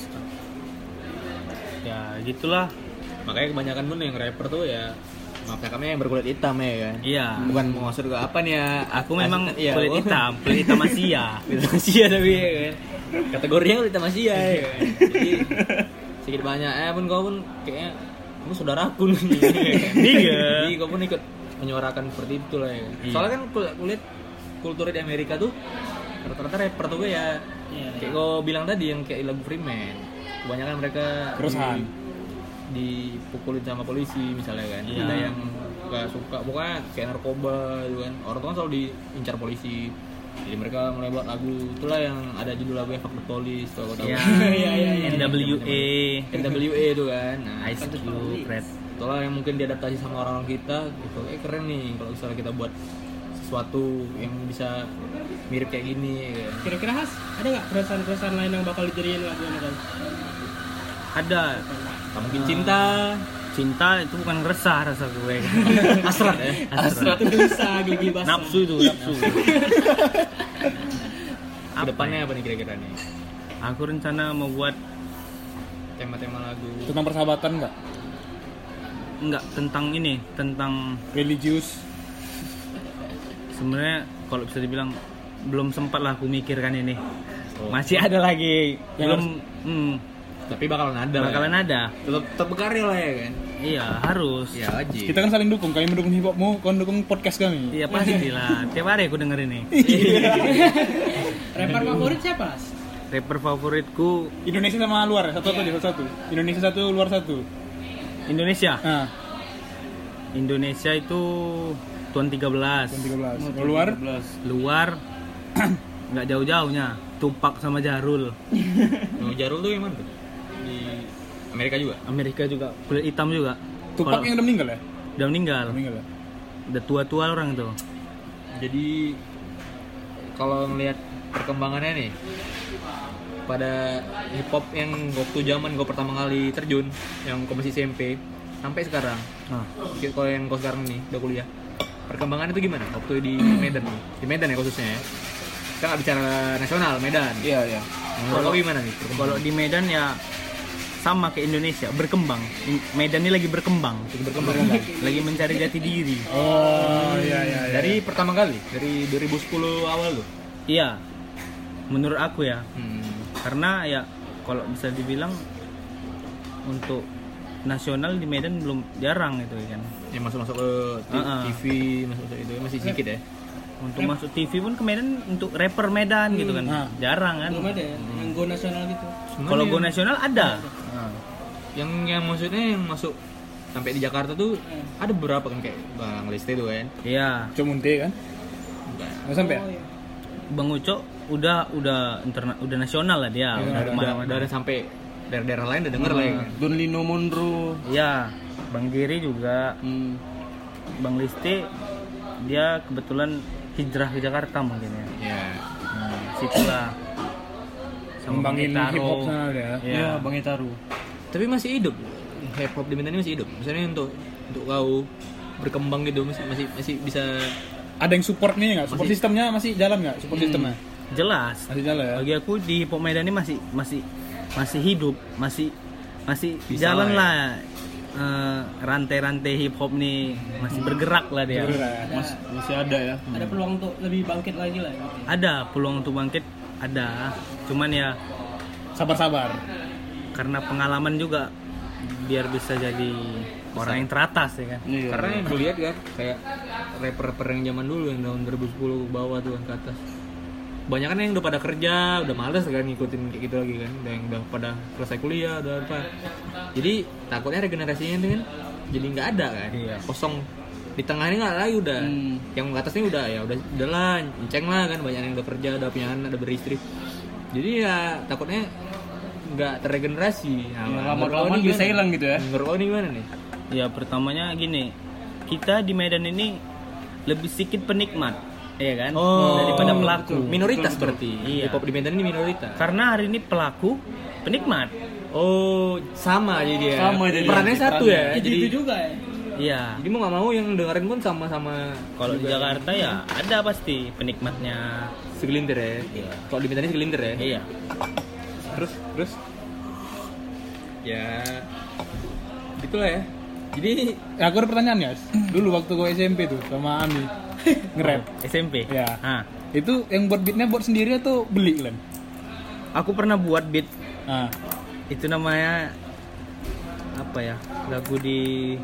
[SPEAKER 5] Ya gitulah.
[SPEAKER 1] Makanya kebanyakan pun yang rapper tuh ya maaf ya kami yang berkulit hitam ya kan.
[SPEAKER 5] Iya.
[SPEAKER 1] Bukan mau maksud gue apa nih ya?
[SPEAKER 5] Aku memang
[SPEAKER 1] Iya,
[SPEAKER 5] kulit
[SPEAKER 1] oh.
[SPEAKER 5] hitam, kulit hitam Asia.
[SPEAKER 1] Kulit Asia tapi ya kan. Kategorinya kulit hitam Asia ya kan. Jadi sedikit banyak eh pun kau pun kayaknya kamu saudaraku nih.
[SPEAKER 5] Iya.
[SPEAKER 1] Jadi kau pun ikut menyuarakan seperti itu lah ya.
[SPEAKER 5] Iya.
[SPEAKER 1] Soalnya kan kulit, kulit kultur di Amerika tuh rata-rata rapper tuh ya
[SPEAKER 2] Iya.
[SPEAKER 1] kayak kau bilang tadi yang kayak lagu Freeman. Kebanyakan mereka
[SPEAKER 3] Keresahan.
[SPEAKER 1] di- dipukulin sama polisi misalnya kan.
[SPEAKER 5] Iya.
[SPEAKER 1] Ada yang gak suka pokoknya kayak narkoba gitu kan. Orang tuh kan selalu diincar polisi. Jadi mereka mulai buat lagu itulah yang ada judul lagunya Fuck the Police kalau kau tahu.
[SPEAKER 5] Ya.
[SPEAKER 2] Iya, iya, iya.
[SPEAKER 5] N W A,
[SPEAKER 1] N W A itu kan. Nah,
[SPEAKER 5] Ice Cube, Red.
[SPEAKER 1] itulah yang mungkin diadaptasi sama orang-orang kita gitu. Eh keren nih kalau misalnya kita buat sesuatu yang bisa mirip kayak gini ya kan.
[SPEAKER 2] Kira-kira Has, ada nggak keresahan-keresahan lain yang bakal dijadiin lagu ini kan?
[SPEAKER 5] Ada.
[SPEAKER 1] Tak mungkin cinta,
[SPEAKER 5] Cinta itu bukan resah rasa gue.
[SPEAKER 1] hasrat ya.
[SPEAKER 5] Hasrat.
[SPEAKER 2] Itu bisa gigi basah.
[SPEAKER 5] Nafsu itu, nafsu.
[SPEAKER 1] Kedepannya apa nih kira-kira nih?
[SPEAKER 5] Aku rencana mau buat
[SPEAKER 1] Tema-tema lagu.
[SPEAKER 3] Tentang persahabatan nggak?
[SPEAKER 5] enggak tentang ini, tentang
[SPEAKER 3] Religius.
[SPEAKER 5] sebenarnya kalau bisa dibilang belum sempat lah aku mikirkan ini.
[SPEAKER 1] Oh.
[SPEAKER 5] Masih ada lagi.
[SPEAKER 3] Yang
[SPEAKER 5] Belum hmm,
[SPEAKER 1] Tapi bakalan ada. lah
[SPEAKER 5] bakalan
[SPEAKER 1] ya.
[SPEAKER 5] ada.
[SPEAKER 1] Tetap tetap berkarya lah ya kan.
[SPEAKER 5] Iya, harus.
[SPEAKER 1] Ya wajib.
[SPEAKER 3] Kita kan saling dukung. Kami mendukung hip hopmu, kau mendukung podcast kami.
[SPEAKER 5] Iya pastilah. Tiap hari aku denger ini.
[SPEAKER 2] Rapper favorit siapa Has?
[SPEAKER 5] Rapper favoritku
[SPEAKER 3] Indonesia sama luar, satu satu satu satu. Indonesia satu, luar satu.
[SPEAKER 5] Indonesia.
[SPEAKER 3] Nah,
[SPEAKER 5] Indonesia itu Tuan tiga belas.
[SPEAKER 3] tiga belas. Kalau luar?
[SPEAKER 5] Luar nggak jauh-jauhnya. Tupac sama Jarul.
[SPEAKER 1] Mau Jarul tuh yang mana tuh? Di Amerika juga.
[SPEAKER 5] Amerika juga, kulit hitam juga.
[SPEAKER 3] Tupac
[SPEAKER 5] Kalau-
[SPEAKER 3] yang udah meninggal ya?
[SPEAKER 5] Udah meninggal.
[SPEAKER 3] Udah meninggal ya?
[SPEAKER 5] Udah tua-tua orang tuh.
[SPEAKER 1] Jadi kalau ngelihat perkembangannya nih pada hip hop yang waktu zaman gue pertama kali terjun yang gue masih S M P sampai sekarang
[SPEAKER 5] Nah,
[SPEAKER 1] kalau yang kau sekarang nih udah kuliah perkembangannya itu gimana waktu di Medan nih di Medan ya khususnya ya kita nggak bicara nasional Medan
[SPEAKER 3] Iya, iya.
[SPEAKER 1] menurut kau gimana nih
[SPEAKER 5] kalau di Medan ya sama kayak Indonesia, berkembang. Medan ini lagi berkembang,
[SPEAKER 1] lagi berkembang
[SPEAKER 5] lagi mencari jati diri.
[SPEAKER 3] Oh, iya, iya, iya.
[SPEAKER 1] dari pertama kali dari dua ribu sepuluh awal tuh
[SPEAKER 5] Iya, menurut aku ya,
[SPEAKER 1] hmm.
[SPEAKER 5] karena ya kalau bisa dibilang untuk nasional di Medan belum jarang itu kan.
[SPEAKER 1] yang masuk masuk ke T-
[SPEAKER 5] Uh-uh.
[SPEAKER 1] T V masuk masuk itu masih sedikit ya
[SPEAKER 5] Untuk masuk T V pun ke Medan untuk rapper Medan gitu kan,
[SPEAKER 3] Ah.
[SPEAKER 5] jarang kan.
[SPEAKER 2] Belum ada ya, yang go nasional gitu.
[SPEAKER 5] Kalau go nasional ada.
[SPEAKER 1] yang yang maksudnya yang masuk sampai di Jakarta tuh ada beberapa kan kayak Bang Leste tuh kan
[SPEAKER 5] Iya,
[SPEAKER 3] Comunte kan? Nggak sampai ya?
[SPEAKER 2] Oh, iya.
[SPEAKER 5] Bang Ucok udah udah interna- udah nasional lah dia.
[SPEAKER 1] udah,
[SPEAKER 5] udah
[SPEAKER 1] udah,
[SPEAKER 5] kemana-mana.
[SPEAKER 1] udah ada sampai daerah-daerah lain udah denger lah ya kan
[SPEAKER 4] Don Lino Monroe.
[SPEAKER 5] Iya, Bang Giri juga,
[SPEAKER 4] Hmm.
[SPEAKER 5] Bang Listi dia kebetulan hijrah ke Jakarta mungkin ya.
[SPEAKER 1] ya
[SPEAKER 5] Nah, situlah sama Bang
[SPEAKER 3] Ngembangin
[SPEAKER 5] Itaro.
[SPEAKER 3] hip hop sana ya.
[SPEAKER 5] Iya.
[SPEAKER 4] Iya, Bang Itaru.
[SPEAKER 1] tapi masih hidup hip hop di Medan ini masih hidup misalnya untuk untuk kau berkembang gitu masih masih masih bisa
[SPEAKER 3] Ada yang support nih nggak? Support
[SPEAKER 1] Masih-
[SPEAKER 3] sistemnya masih jalan nggak? Support
[SPEAKER 1] Hmm.
[SPEAKER 3] sistemnya
[SPEAKER 5] Jelas.
[SPEAKER 3] masih jalan ya?
[SPEAKER 5] Bagi aku di hip hop Medan ini masih masih masih hidup, masih masih
[SPEAKER 1] Bisa
[SPEAKER 5] jalan
[SPEAKER 1] lah ya.
[SPEAKER 5] lah. Eh, rantai-rantai hip hop nih masih bergerak lah dia.
[SPEAKER 3] Bergerak ya?
[SPEAKER 4] Mas, masih ada ya.
[SPEAKER 2] Ada peluang untuk lebih bangkit lagi lah. Gitu.
[SPEAKER 5] Ada peluang untuk bangkit, ada. Cuman ya
[SPEAKER 3] Sabar-sabar.
[SPEAKER 5] karena pengalaman juga biar bisa jadi orang yang teratas ya kan.
[SPEAKER 4] Iya.
[SPEAKER 1] Karena yang gue lihat kan kayak rapper-rapper yang zaman dulu yang tahun dua ribu sepuluh ke bawah tuh yang ke atas. Banyak kan yang udah pada kerja, udah males kan ngikutin kayak gitu lagi kan. Udah yang udah pada selesai kuliah, udah apa. Jadi takutnya regenerasinya tuh kan jadi nggak ada kan.
[SPEAKER 5] Iya.
[SPEAKER 1] Kosong. Di tengah ini nggak lagi udah.
[SPEAKER 4] Hmm.
[SPEAKER 1] Yang ke atas ini udah ya udah udahlah, enceng lah kan, banyak yang udah kerja, udah punya anak, udah beristri. Jadi ya takutnya nggak terregenerasi. Nah,
[SPEAKER 4] Ya,
[SPEAKER 1] menurut
[SPEAKER 4] lama-kelamaan
[SPEAKER 1] lo nih
[SPEAKER 4] bisa
[SPEAKER 1] gimana?
[SPEAKER 4] hilang gitu ya.
[SPEAKER 1] Menurut lo ini gimana nih?
[SPEAKER 5] Ya pertamanya gini, kita di Medan ini lebih sedikit penikmat, ya kan, daripada pelaku.
[SPEAKER 1] Minoritas berarti.
[SPEAKER 5] Iya.
[SPEAKER 1] Hip hop di Medan ini minoritas.
[SPEAKER 5] Karena hari ini pelaku penikmat.
[SPEAKER 1] Oh, sama jadi ya.
[SPEAKER 4] Sama jadi.
[SPEAKER 1] Perannya satu ya.
[SPEAKER 2] Jadi
[SPEAKER 1] Jadi
[SPEAKER 2] itu juga ya.
[SPEAKER 5] Iya.
[SPEAKER 1] jadi mau nggak mau yang dengerin pun sama-sama.
[SPEAKER 5] Kalau di
[SPEAKER 1] juga.
[SPEAKER 5] Jakarta ya ada pasti penikmatnya.
[SPEAKER 1] Segelintir ya.
[SPEAKER 5] Iya.
[SPEAKER 1] Kalau di Medan ini segelintir ya.
[SPEAKER 5] Iya.
[SPEAKER 1] Terus terus ya gitulah ya. Jadi
[SPEAKER 3] Ya, aku ada pertanyaan ya. Dulu waktu gue S M P tuh sama Ami nge-rap.
[SPEAKER 5] S M P.
[SPEAKER 3] Ya.
[SPEAKER 5] Ah,
[SPEAKER 3] Itu yang buat beatnya buat sendiri atau beli kan?
[SPEAKER 5] aku pernah buat beat.
[SPEAKER 3] Nah,
[SPEAKER 5] Itu namanya apa ya? Lagu di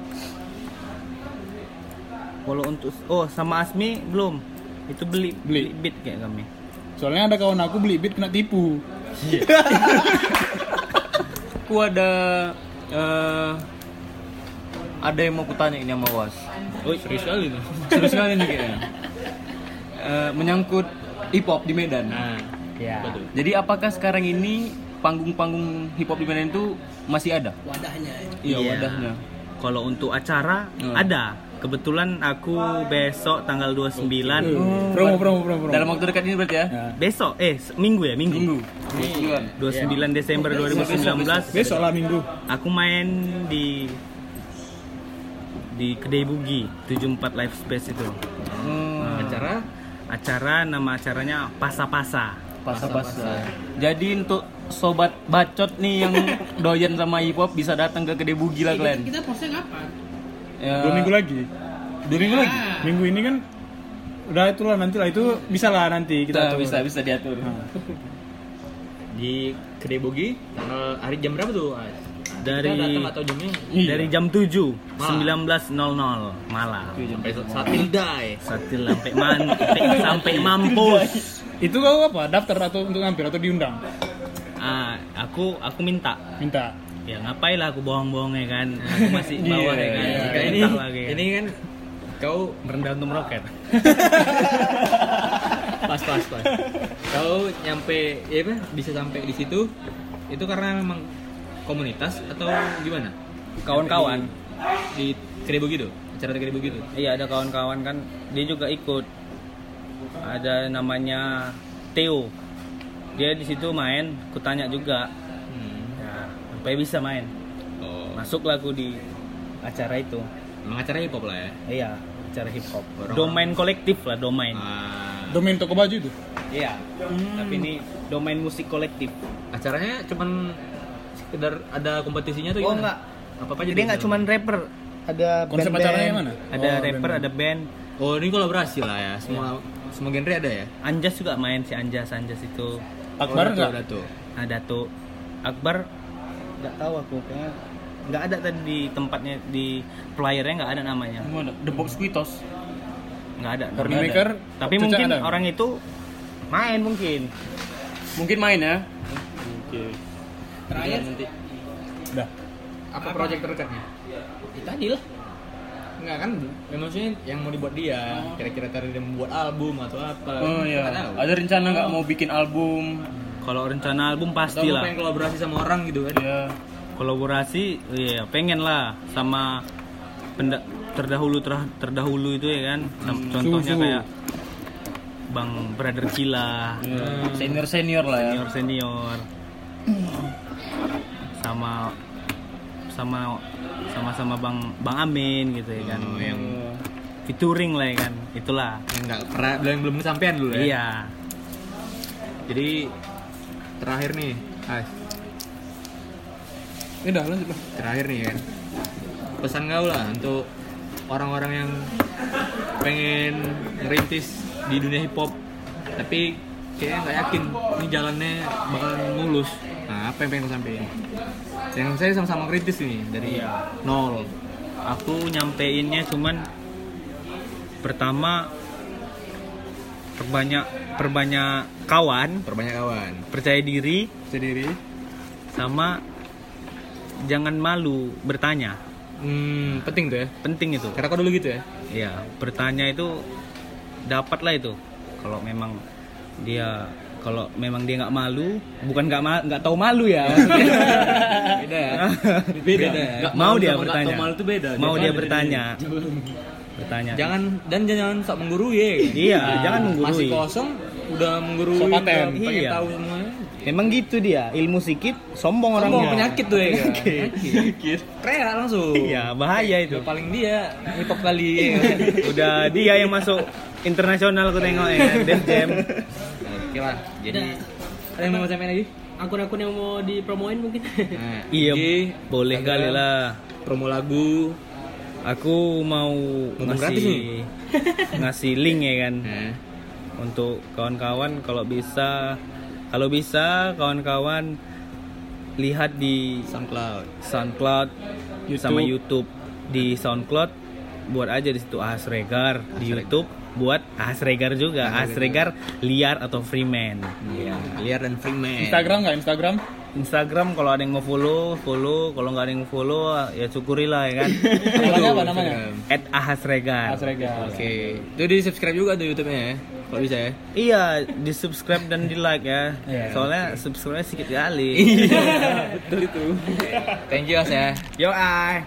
[SPEAKER 5] kalau untuk oh sama Asmi belum. Itu beli
[SPEAKER 3] Beli.
[SPEAKER 5] beli beat kayak kami.
[SPEAKER 3] soalnya ada kawan aku beli beat kena tipu.
[SPEAKER 4] Aku ada eh, ada yang mau kutanya ini sama Was.
[SPEAKER 1] oh serius sekali nih.
[SPEAKER 4] Serius sekali nih kayaknya. Eh, menyangkut hip hop di Medan.
[SPEAKER 1] Nah,
[SPEAKER 5] Ya.
[SPEAKER 1] betul.
[SPEAKER 4] Jadi apakah sekarang ini panggung-panggung hip hop di Medan itu masih ada?
[SPEAKER 2] Wadahnya ya.
[SPEAKER 4] Iya,
[SPEAKER 5] Iya.
[SPEAKER 4] wadahnya.
[SPEAKER 5] Kalau untuk acara
[SPEAKER 4] Hmm.
[SPEAKER 5] ada. Kebetulan aku besok tanggal dua puluh sembilan.
[SPEAKER 3] Promo promo promo promo.
[SPEAKER 4] Dalam waktu dekat ini berarti ya?
[SPEAKER 3] Ya.
[SPEAKER 5] Besok eh se- minggu ya, minggu.
[SPEAKER 4] Minggu. Bulan.
[SPEAKER 5] dua puluh sembilan Desember dua ribu sembilan belas.
[SPEAKER 3] Besok lah minggu.
[SPEAKER 5] Aku main di di Kedai Bugi tujuh puluh empat Live Space itu.
[SPEAKER 4] Hmm,
[SPEAKER 1] Acara
[SPEAKER 5] Acara nama acaranya Pasa-Pasa.
[SPEAKER 4] Pasa-pasa. Jadi untuk sobat bacot nih yang doyan sama hip hop bisa datang ke Kedai Bugi lah
[SPEAKER 2] Kita,
[SPEAKER 4] kalian.
[SPEAKER 2] kita postnya kapan?
[SPEAKER 4] Ya,
[SPEAKER 3] Dua minggu lagi.
[SPEAKER 4] Dua minggu lagi.
[SPEAKER 3] Minggu ini kan udah itulah nanti lah itu bisa lah nanti
[SPEAKER 4] Kita
[SPEAKER 3] kita atur.
[SPEAKER 4] bisa bisa diatur.
[SPEAKER 1] di Kedai Bogi tanggal hari jam berapa tuh? Ais?
[SPEAKER 5] Dari-
[SPEAKER 1] Kita datang atau jamnya
[SPEAKER 5] Dari jam tujuh
[SPEAKER 1] Malam.
[SPEAKER 5] sembilan belas nol nol malam.
[SPEAKER 1] sampai saat tildai.
[SPEAKER 5] Satil sampai man sampai- sampai mampus.
[SPEAKER 3] Itu kau apa? Daftar atau untuk ngambil atau diundang?
[SPEAKER 5] Ah, aku aku minta.
[SPEAKER 3] Minta.
[SPEAKER 5] Ya ngapain lah aku bohong-bohong ya kan. Aku masih bawah ya kan.
[SPEAKER 3] Iya,
[SPEAKER 5] Jika
[SPEAKER 1] ini
[SPEAKER 5] minta lagi kan.
[SPEAKER 1] ini kan kau
[SPEAKER 5] merendah untuk meroket.
[SPEAKER 1] pas pas pas. Kau nyampe ya apa? Bisa sampai di situ itu karena memang komunitas atau gimana?
[SPEAKER 5] Kawan-kawan.
[SPEAKER 1] Di Kedai Bogi tuh, acara di Kedai Bogi tuh.
[SPEAKER 5] Iya ada kawan-kawan kan dia juga ikut. Ada namanya Theo. Dia di situ main, kutanya juga.
[SPEAKER 1] Hmm.
[SPEAKER 5] Ya, supaya bisa main.
[SPEAKER 1] Oh,
[SPEAKER 5] Masuklah aku di acara itu.
[SPEAKER 1] memang acara hip hop lah ya.
[SPEAKER 5] Iya, acara hip hop.
[SPEAKER 1] Orang-
[SPEAKER 5] Domain kolektif lah, domain.
[SPEAKER 1] Ah,
[SPEAKER 3] Domain toko baju itu.
[SPEAKER 5] Iya. Tapi ini domain musik kolektif.
[SPEAKER 1] acaranya cuman sekedar ada kompetisinya tuh
[SPEAKER 5] Oh
[SPEAKER 1] gimana?
[SPEAKER 5] enggak.
[SPEAKER 1] Apa apa aja
[SPEAKER 5] Dia nggak cuman rapper, ada
[SPEAKER 3] Konsep
[SPEAKER 5] band-band.
[SPEAKER 3] acaranya yang mana?
[SPEAKER 5] Ada
[SPEAKER 3] Oh,
[SPEAKER 5] rapper,
[SPEAKER 3] band-band.
[SPEAKER 5] ada band.
[SPEAKER 1] Oh, ini kolaborasi lah ya. Semua semua genre ada ya.
[SPEAKER 5] Anjas juga main si Anjas, Anjas itu.
[SPEAKER 3] Akbar
[SPEAKER 1] oh,
[SPEAKER 3] enggak?
[SPEAKER 1] Ada tuh.
[SPEAKER 5] Ada tuh Akbar nggak tahu aku kayaknya nggak ada tadi di tempatnya di flyernya nggak ada namanya
[SPEAKER 4] Gimana? The Box Quitos.
[SPEAKER 5] nggak ada
[SPEAKER 3] Horny
[SPEAKER 5] nggak ada.
[SPEAKER 3] Maker,
[SPEAKER 5] tapi
[SPEAKER 3] Cecak
[SPEAKER 5] mungkin
[SPEAKER 3] ada?
[SPEAKER 5] orang itu main mungkin
[SPEAKER 4] Mungkin main ya.
[SPEAKER 1] Oke.
[SPEAKER 2] Terakhir
[SPEAKER 1] nanti
[SPEAKER 3] Udah.
[SPEAKER 1] apa project terdekatnya?
[SPEAKER 2] ya tadi lah.
[SPEAKER 1] Enggak kan? Ya, maksudnya yang mau dibuat dia. Kira-kira tadi dia membuat album atau apa?
[SPEAKER 4] Oh
[SPEAKER 1] Nggak
[SPEAKER 4] iya.
[SPEAKER 1] tahu.
[SPEAKER 4] Ada rencana nggak mau bikin album?
[SPEAKER 5] kalau rencana album
[SPEAKER 1] Atau
[SPEAKER 5] pasti
[SPEAKER 1] lu
[SPEAKER 5] lah
[SPEAKER 1] pengen kolaborasi sama orang gitu kan?
[SPEAKER 4] Ya.
[SPEAKER 5] kolaborasi iya pengen lah sama penda- terdahulu ter- terdahulu itu ya kan Sam- contohnya
[SPEAKER 3] Susu.
[SPEAKER 5] kayak Bang Brother Kila
[SPEAKER 4] Senior senior lah ya.
[SPEAKER 5] senior senior sama sama sama sama bang bang Amin gitu ya kan
[SPEAKER 1] Oh, yang
[SPEAKER 5] featuring lah ya kan itulah
[SPEAKER 1] yang nggak pernah belum belum kesampaian dulu ya.
[SPEAKER 5] iya
[SPEAKER 1] Jadi terakhir nih, Ais.
[SPEAKER 3] Ya udah lanjut lah.
[SPEAKER 1] Terakhir nih kan. Pesan kau lah untuk orang-orang yang pengen ngerintis di dunia hip hop tapi kayaknya nggak yakin ini jalannya bakalan mulus. Nah, apa yang pengen lo sampein? Yang saya sama-sama kritis ini dari
[SPEAKER 5] Iya.
[SPEAKER 1] nol.
[SPEAKER 5] Aku nyampeinnya cuman pertama perbanyak perbanyak kawan,
[SPEAKER 1] Perbanyak kawan,
[SPEAKER 5] percaya diri,
[SPEAKER 1] sendiri.
[SPEAKER 5] sama jangan malu bertanya.
[SPEAKER 1] Hmm, penting tuh ya.
[SPEAKER 5] Penting itu.
[SPEAKER 1] Karena kau dulu gitu ya.
[SPEAKER 5] Ya, bertanya itu dapatlah itu. Kalau memang dia kalau memang dia nggak malu, bukan nggak ma- nggak tahu malu ya.
[SPEAKER 1] Beda ya. Beda ya.
[SPEAKER 4] Nggak
[SPEAKER 5] Mau
[SPEAKER 4] malu
[SPEAKER 5] dia
[SPEAKER 4] sama
[SPEAKER 5] bertanya.
[SPEAKER 4] nggak tahu malu itu beda.
[SPEAKER 5] Mau
[SPEAKER 4] Jangan
[SPEAKER 5] dia
[SPEAKER 4] beda.
[SPEAKER 5] bertanya. Bertanya.
[SPEAKER 1] Jangan dan jangan sok menggurui ya.
[SPEAKER 5] Iya,
[SPEAKER 1] Nah,
[SPEAKER 5] jangan menggurui.
[SPEAKER 1] Masih kosong udah menggurui,
[SPEAKER 3] Sok
[SPEAKER 1] udah
[SPEAKER 3] paten.
[SPEAKER 1] pengen
[SPEAKER 5] Iya.
[SPEAKER 1] tahu semuanya.
[SPEAKER 5] Emang gitu dia, ilmu sikit sombong
[SPEAKER 1] Sombong
[SPEAKER 5] orangnya.
[SPEAKER 1] penyakit tuh ya.
[SPEAKER 5] Penyakit.
[SPEAKER 1] Penyakit. Krea langsung.
[SPEAKER 5] Iya, bahaya itu.
[SPEAKER 1] Udah paling dia hip hop kali ya.
[SPEAKER 5] Udah dia yang masuk internasional aku tengok ya, Def Jam.
[SPEAKER 1] Oke lah. Jadi
[SPEAKER 2] Udah.
[SPEAKER 1] ada yang mau sampein lagi?
[SPEAKER 2] Akun-akun yang mau dipromoin mungkin.
[SPEAKER 1] Nah,
[SPEAKER 5] Iya,
[SPEAKER 1] I G,
[SPEAKER 5] boleh
[SPEAKER 1] Instagram,
[SPEAKER 5] kali lah.
[SPEAKER 1] Promo lagu.
[SPEAKER 5] Aku mau
[SPEAKER 1] Ngomong gratis
[SPEAKER 5] ngasih ngasih link ya kan
[SPEAKER 1] Nah,
[SPEAKER 5] untuk kawan-kawan kalau bisa kalau bisa kawan-kawan lihat di
[SPEAKER 1] SoundCloud.
[SPEAKER 5] SoundCloud sama YouTube. Di SoundCloud buat aja di situ Ahas Regar, di YouTube buat Ahas Regar juga. Ahas Regar Liar atau Freeman.
[SPEAKER 1] Iya, Liar dan Freeman.
[SPEAKER 3] Instagram nggak Instagram?
[SPEAKER 5] Instagram kalau ada yang mau follow, follow. Kalau nggak ada yang follow, ya syukurilah ya kan.
[SPEAKER 3] Namanya apa namanya?
[SPEAKER 5] At Ahas Regar.
[SPEAKER 3] Asrega.
[SPEAKER 1] Oke, itu di subscribe juga tuh YouTube-nya ya, kalau bisa ya.
[SPEAKER 5] Iya, di subscribe dan di like ya.
[SPEAKER 3] Iya,
[SPEAKER 5] Soalnya subscribe sedikit kali.
[SPEAKER 1] Betul itu. Thank you Mas ya.
[SPEAKER 5] Yo ai.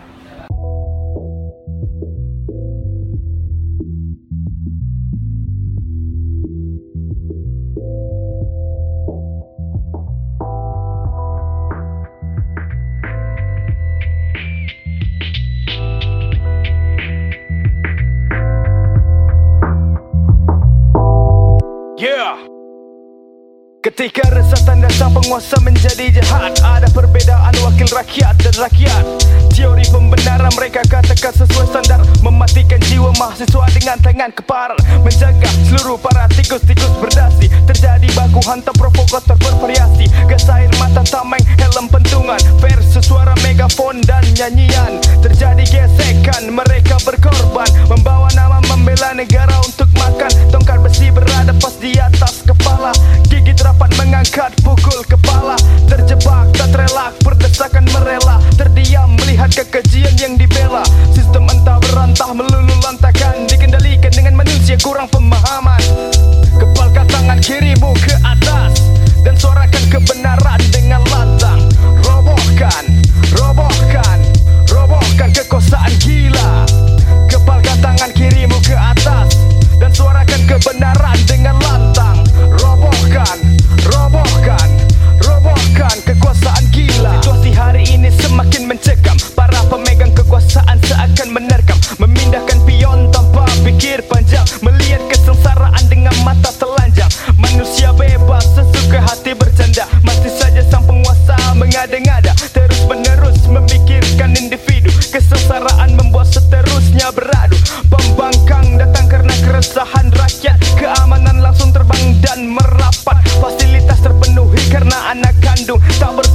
[SPEAKER 6] Yeah. Ketika resatan dan sang penguasa menjadi jahat, ada perbedaan wakil rakyat dan rakyat. Teori pembenaran mereka katakan sesuai standar, mematikan jiwa mahasiswa dengan tangan keparat, menjaga seluruh para tikus-tikus berdasi. Terjadi baku hantam provokator bervariasi, gas air mata tameng, helm pentungan versus suara megafon dan nyanyian. Terjadi gesekan, mereka berkorban, membawa nama membela negara untuk makan. Tongkat besi berada pas di atas kepala, gigit rapat mengangkat pukul kepala. Terjebak tak terelak, berdesakan merela, terdiam melihat kekejian yang dibela. Sistem entah berantah melulu lantakan, dikendalikan dengan manusia kurang pemahaman. Kepalkan tangan kirimu ke atas dan suarakan kebenaran dengan lantang. Robohkan, robohkan, robohkan kekuasaan gila. Kepalkan tangan kirimu ke atas dan suarakan kebenaran dengan lantang. Robohkan, robohkan, robohkan kekuasaan gila. Situasi hari ini semakin mencekam, para pemegang kekuasaan seakan menerkam, memindahkan pion tanpa pikir panjang, melihat kesengsaraan dengan mata telanjang. Manusia bebas sesuka hati bercanda, masih saja sang penguasa mengada-ngada, terus menerus memikirkan individu. Kesengsaraan membuat seterusnya beradu, pembangkang datang karena keresahan rakyat. Keamanan langsung terbang dan merapat, fasilitas terpenuhi karena anak kandung tak ber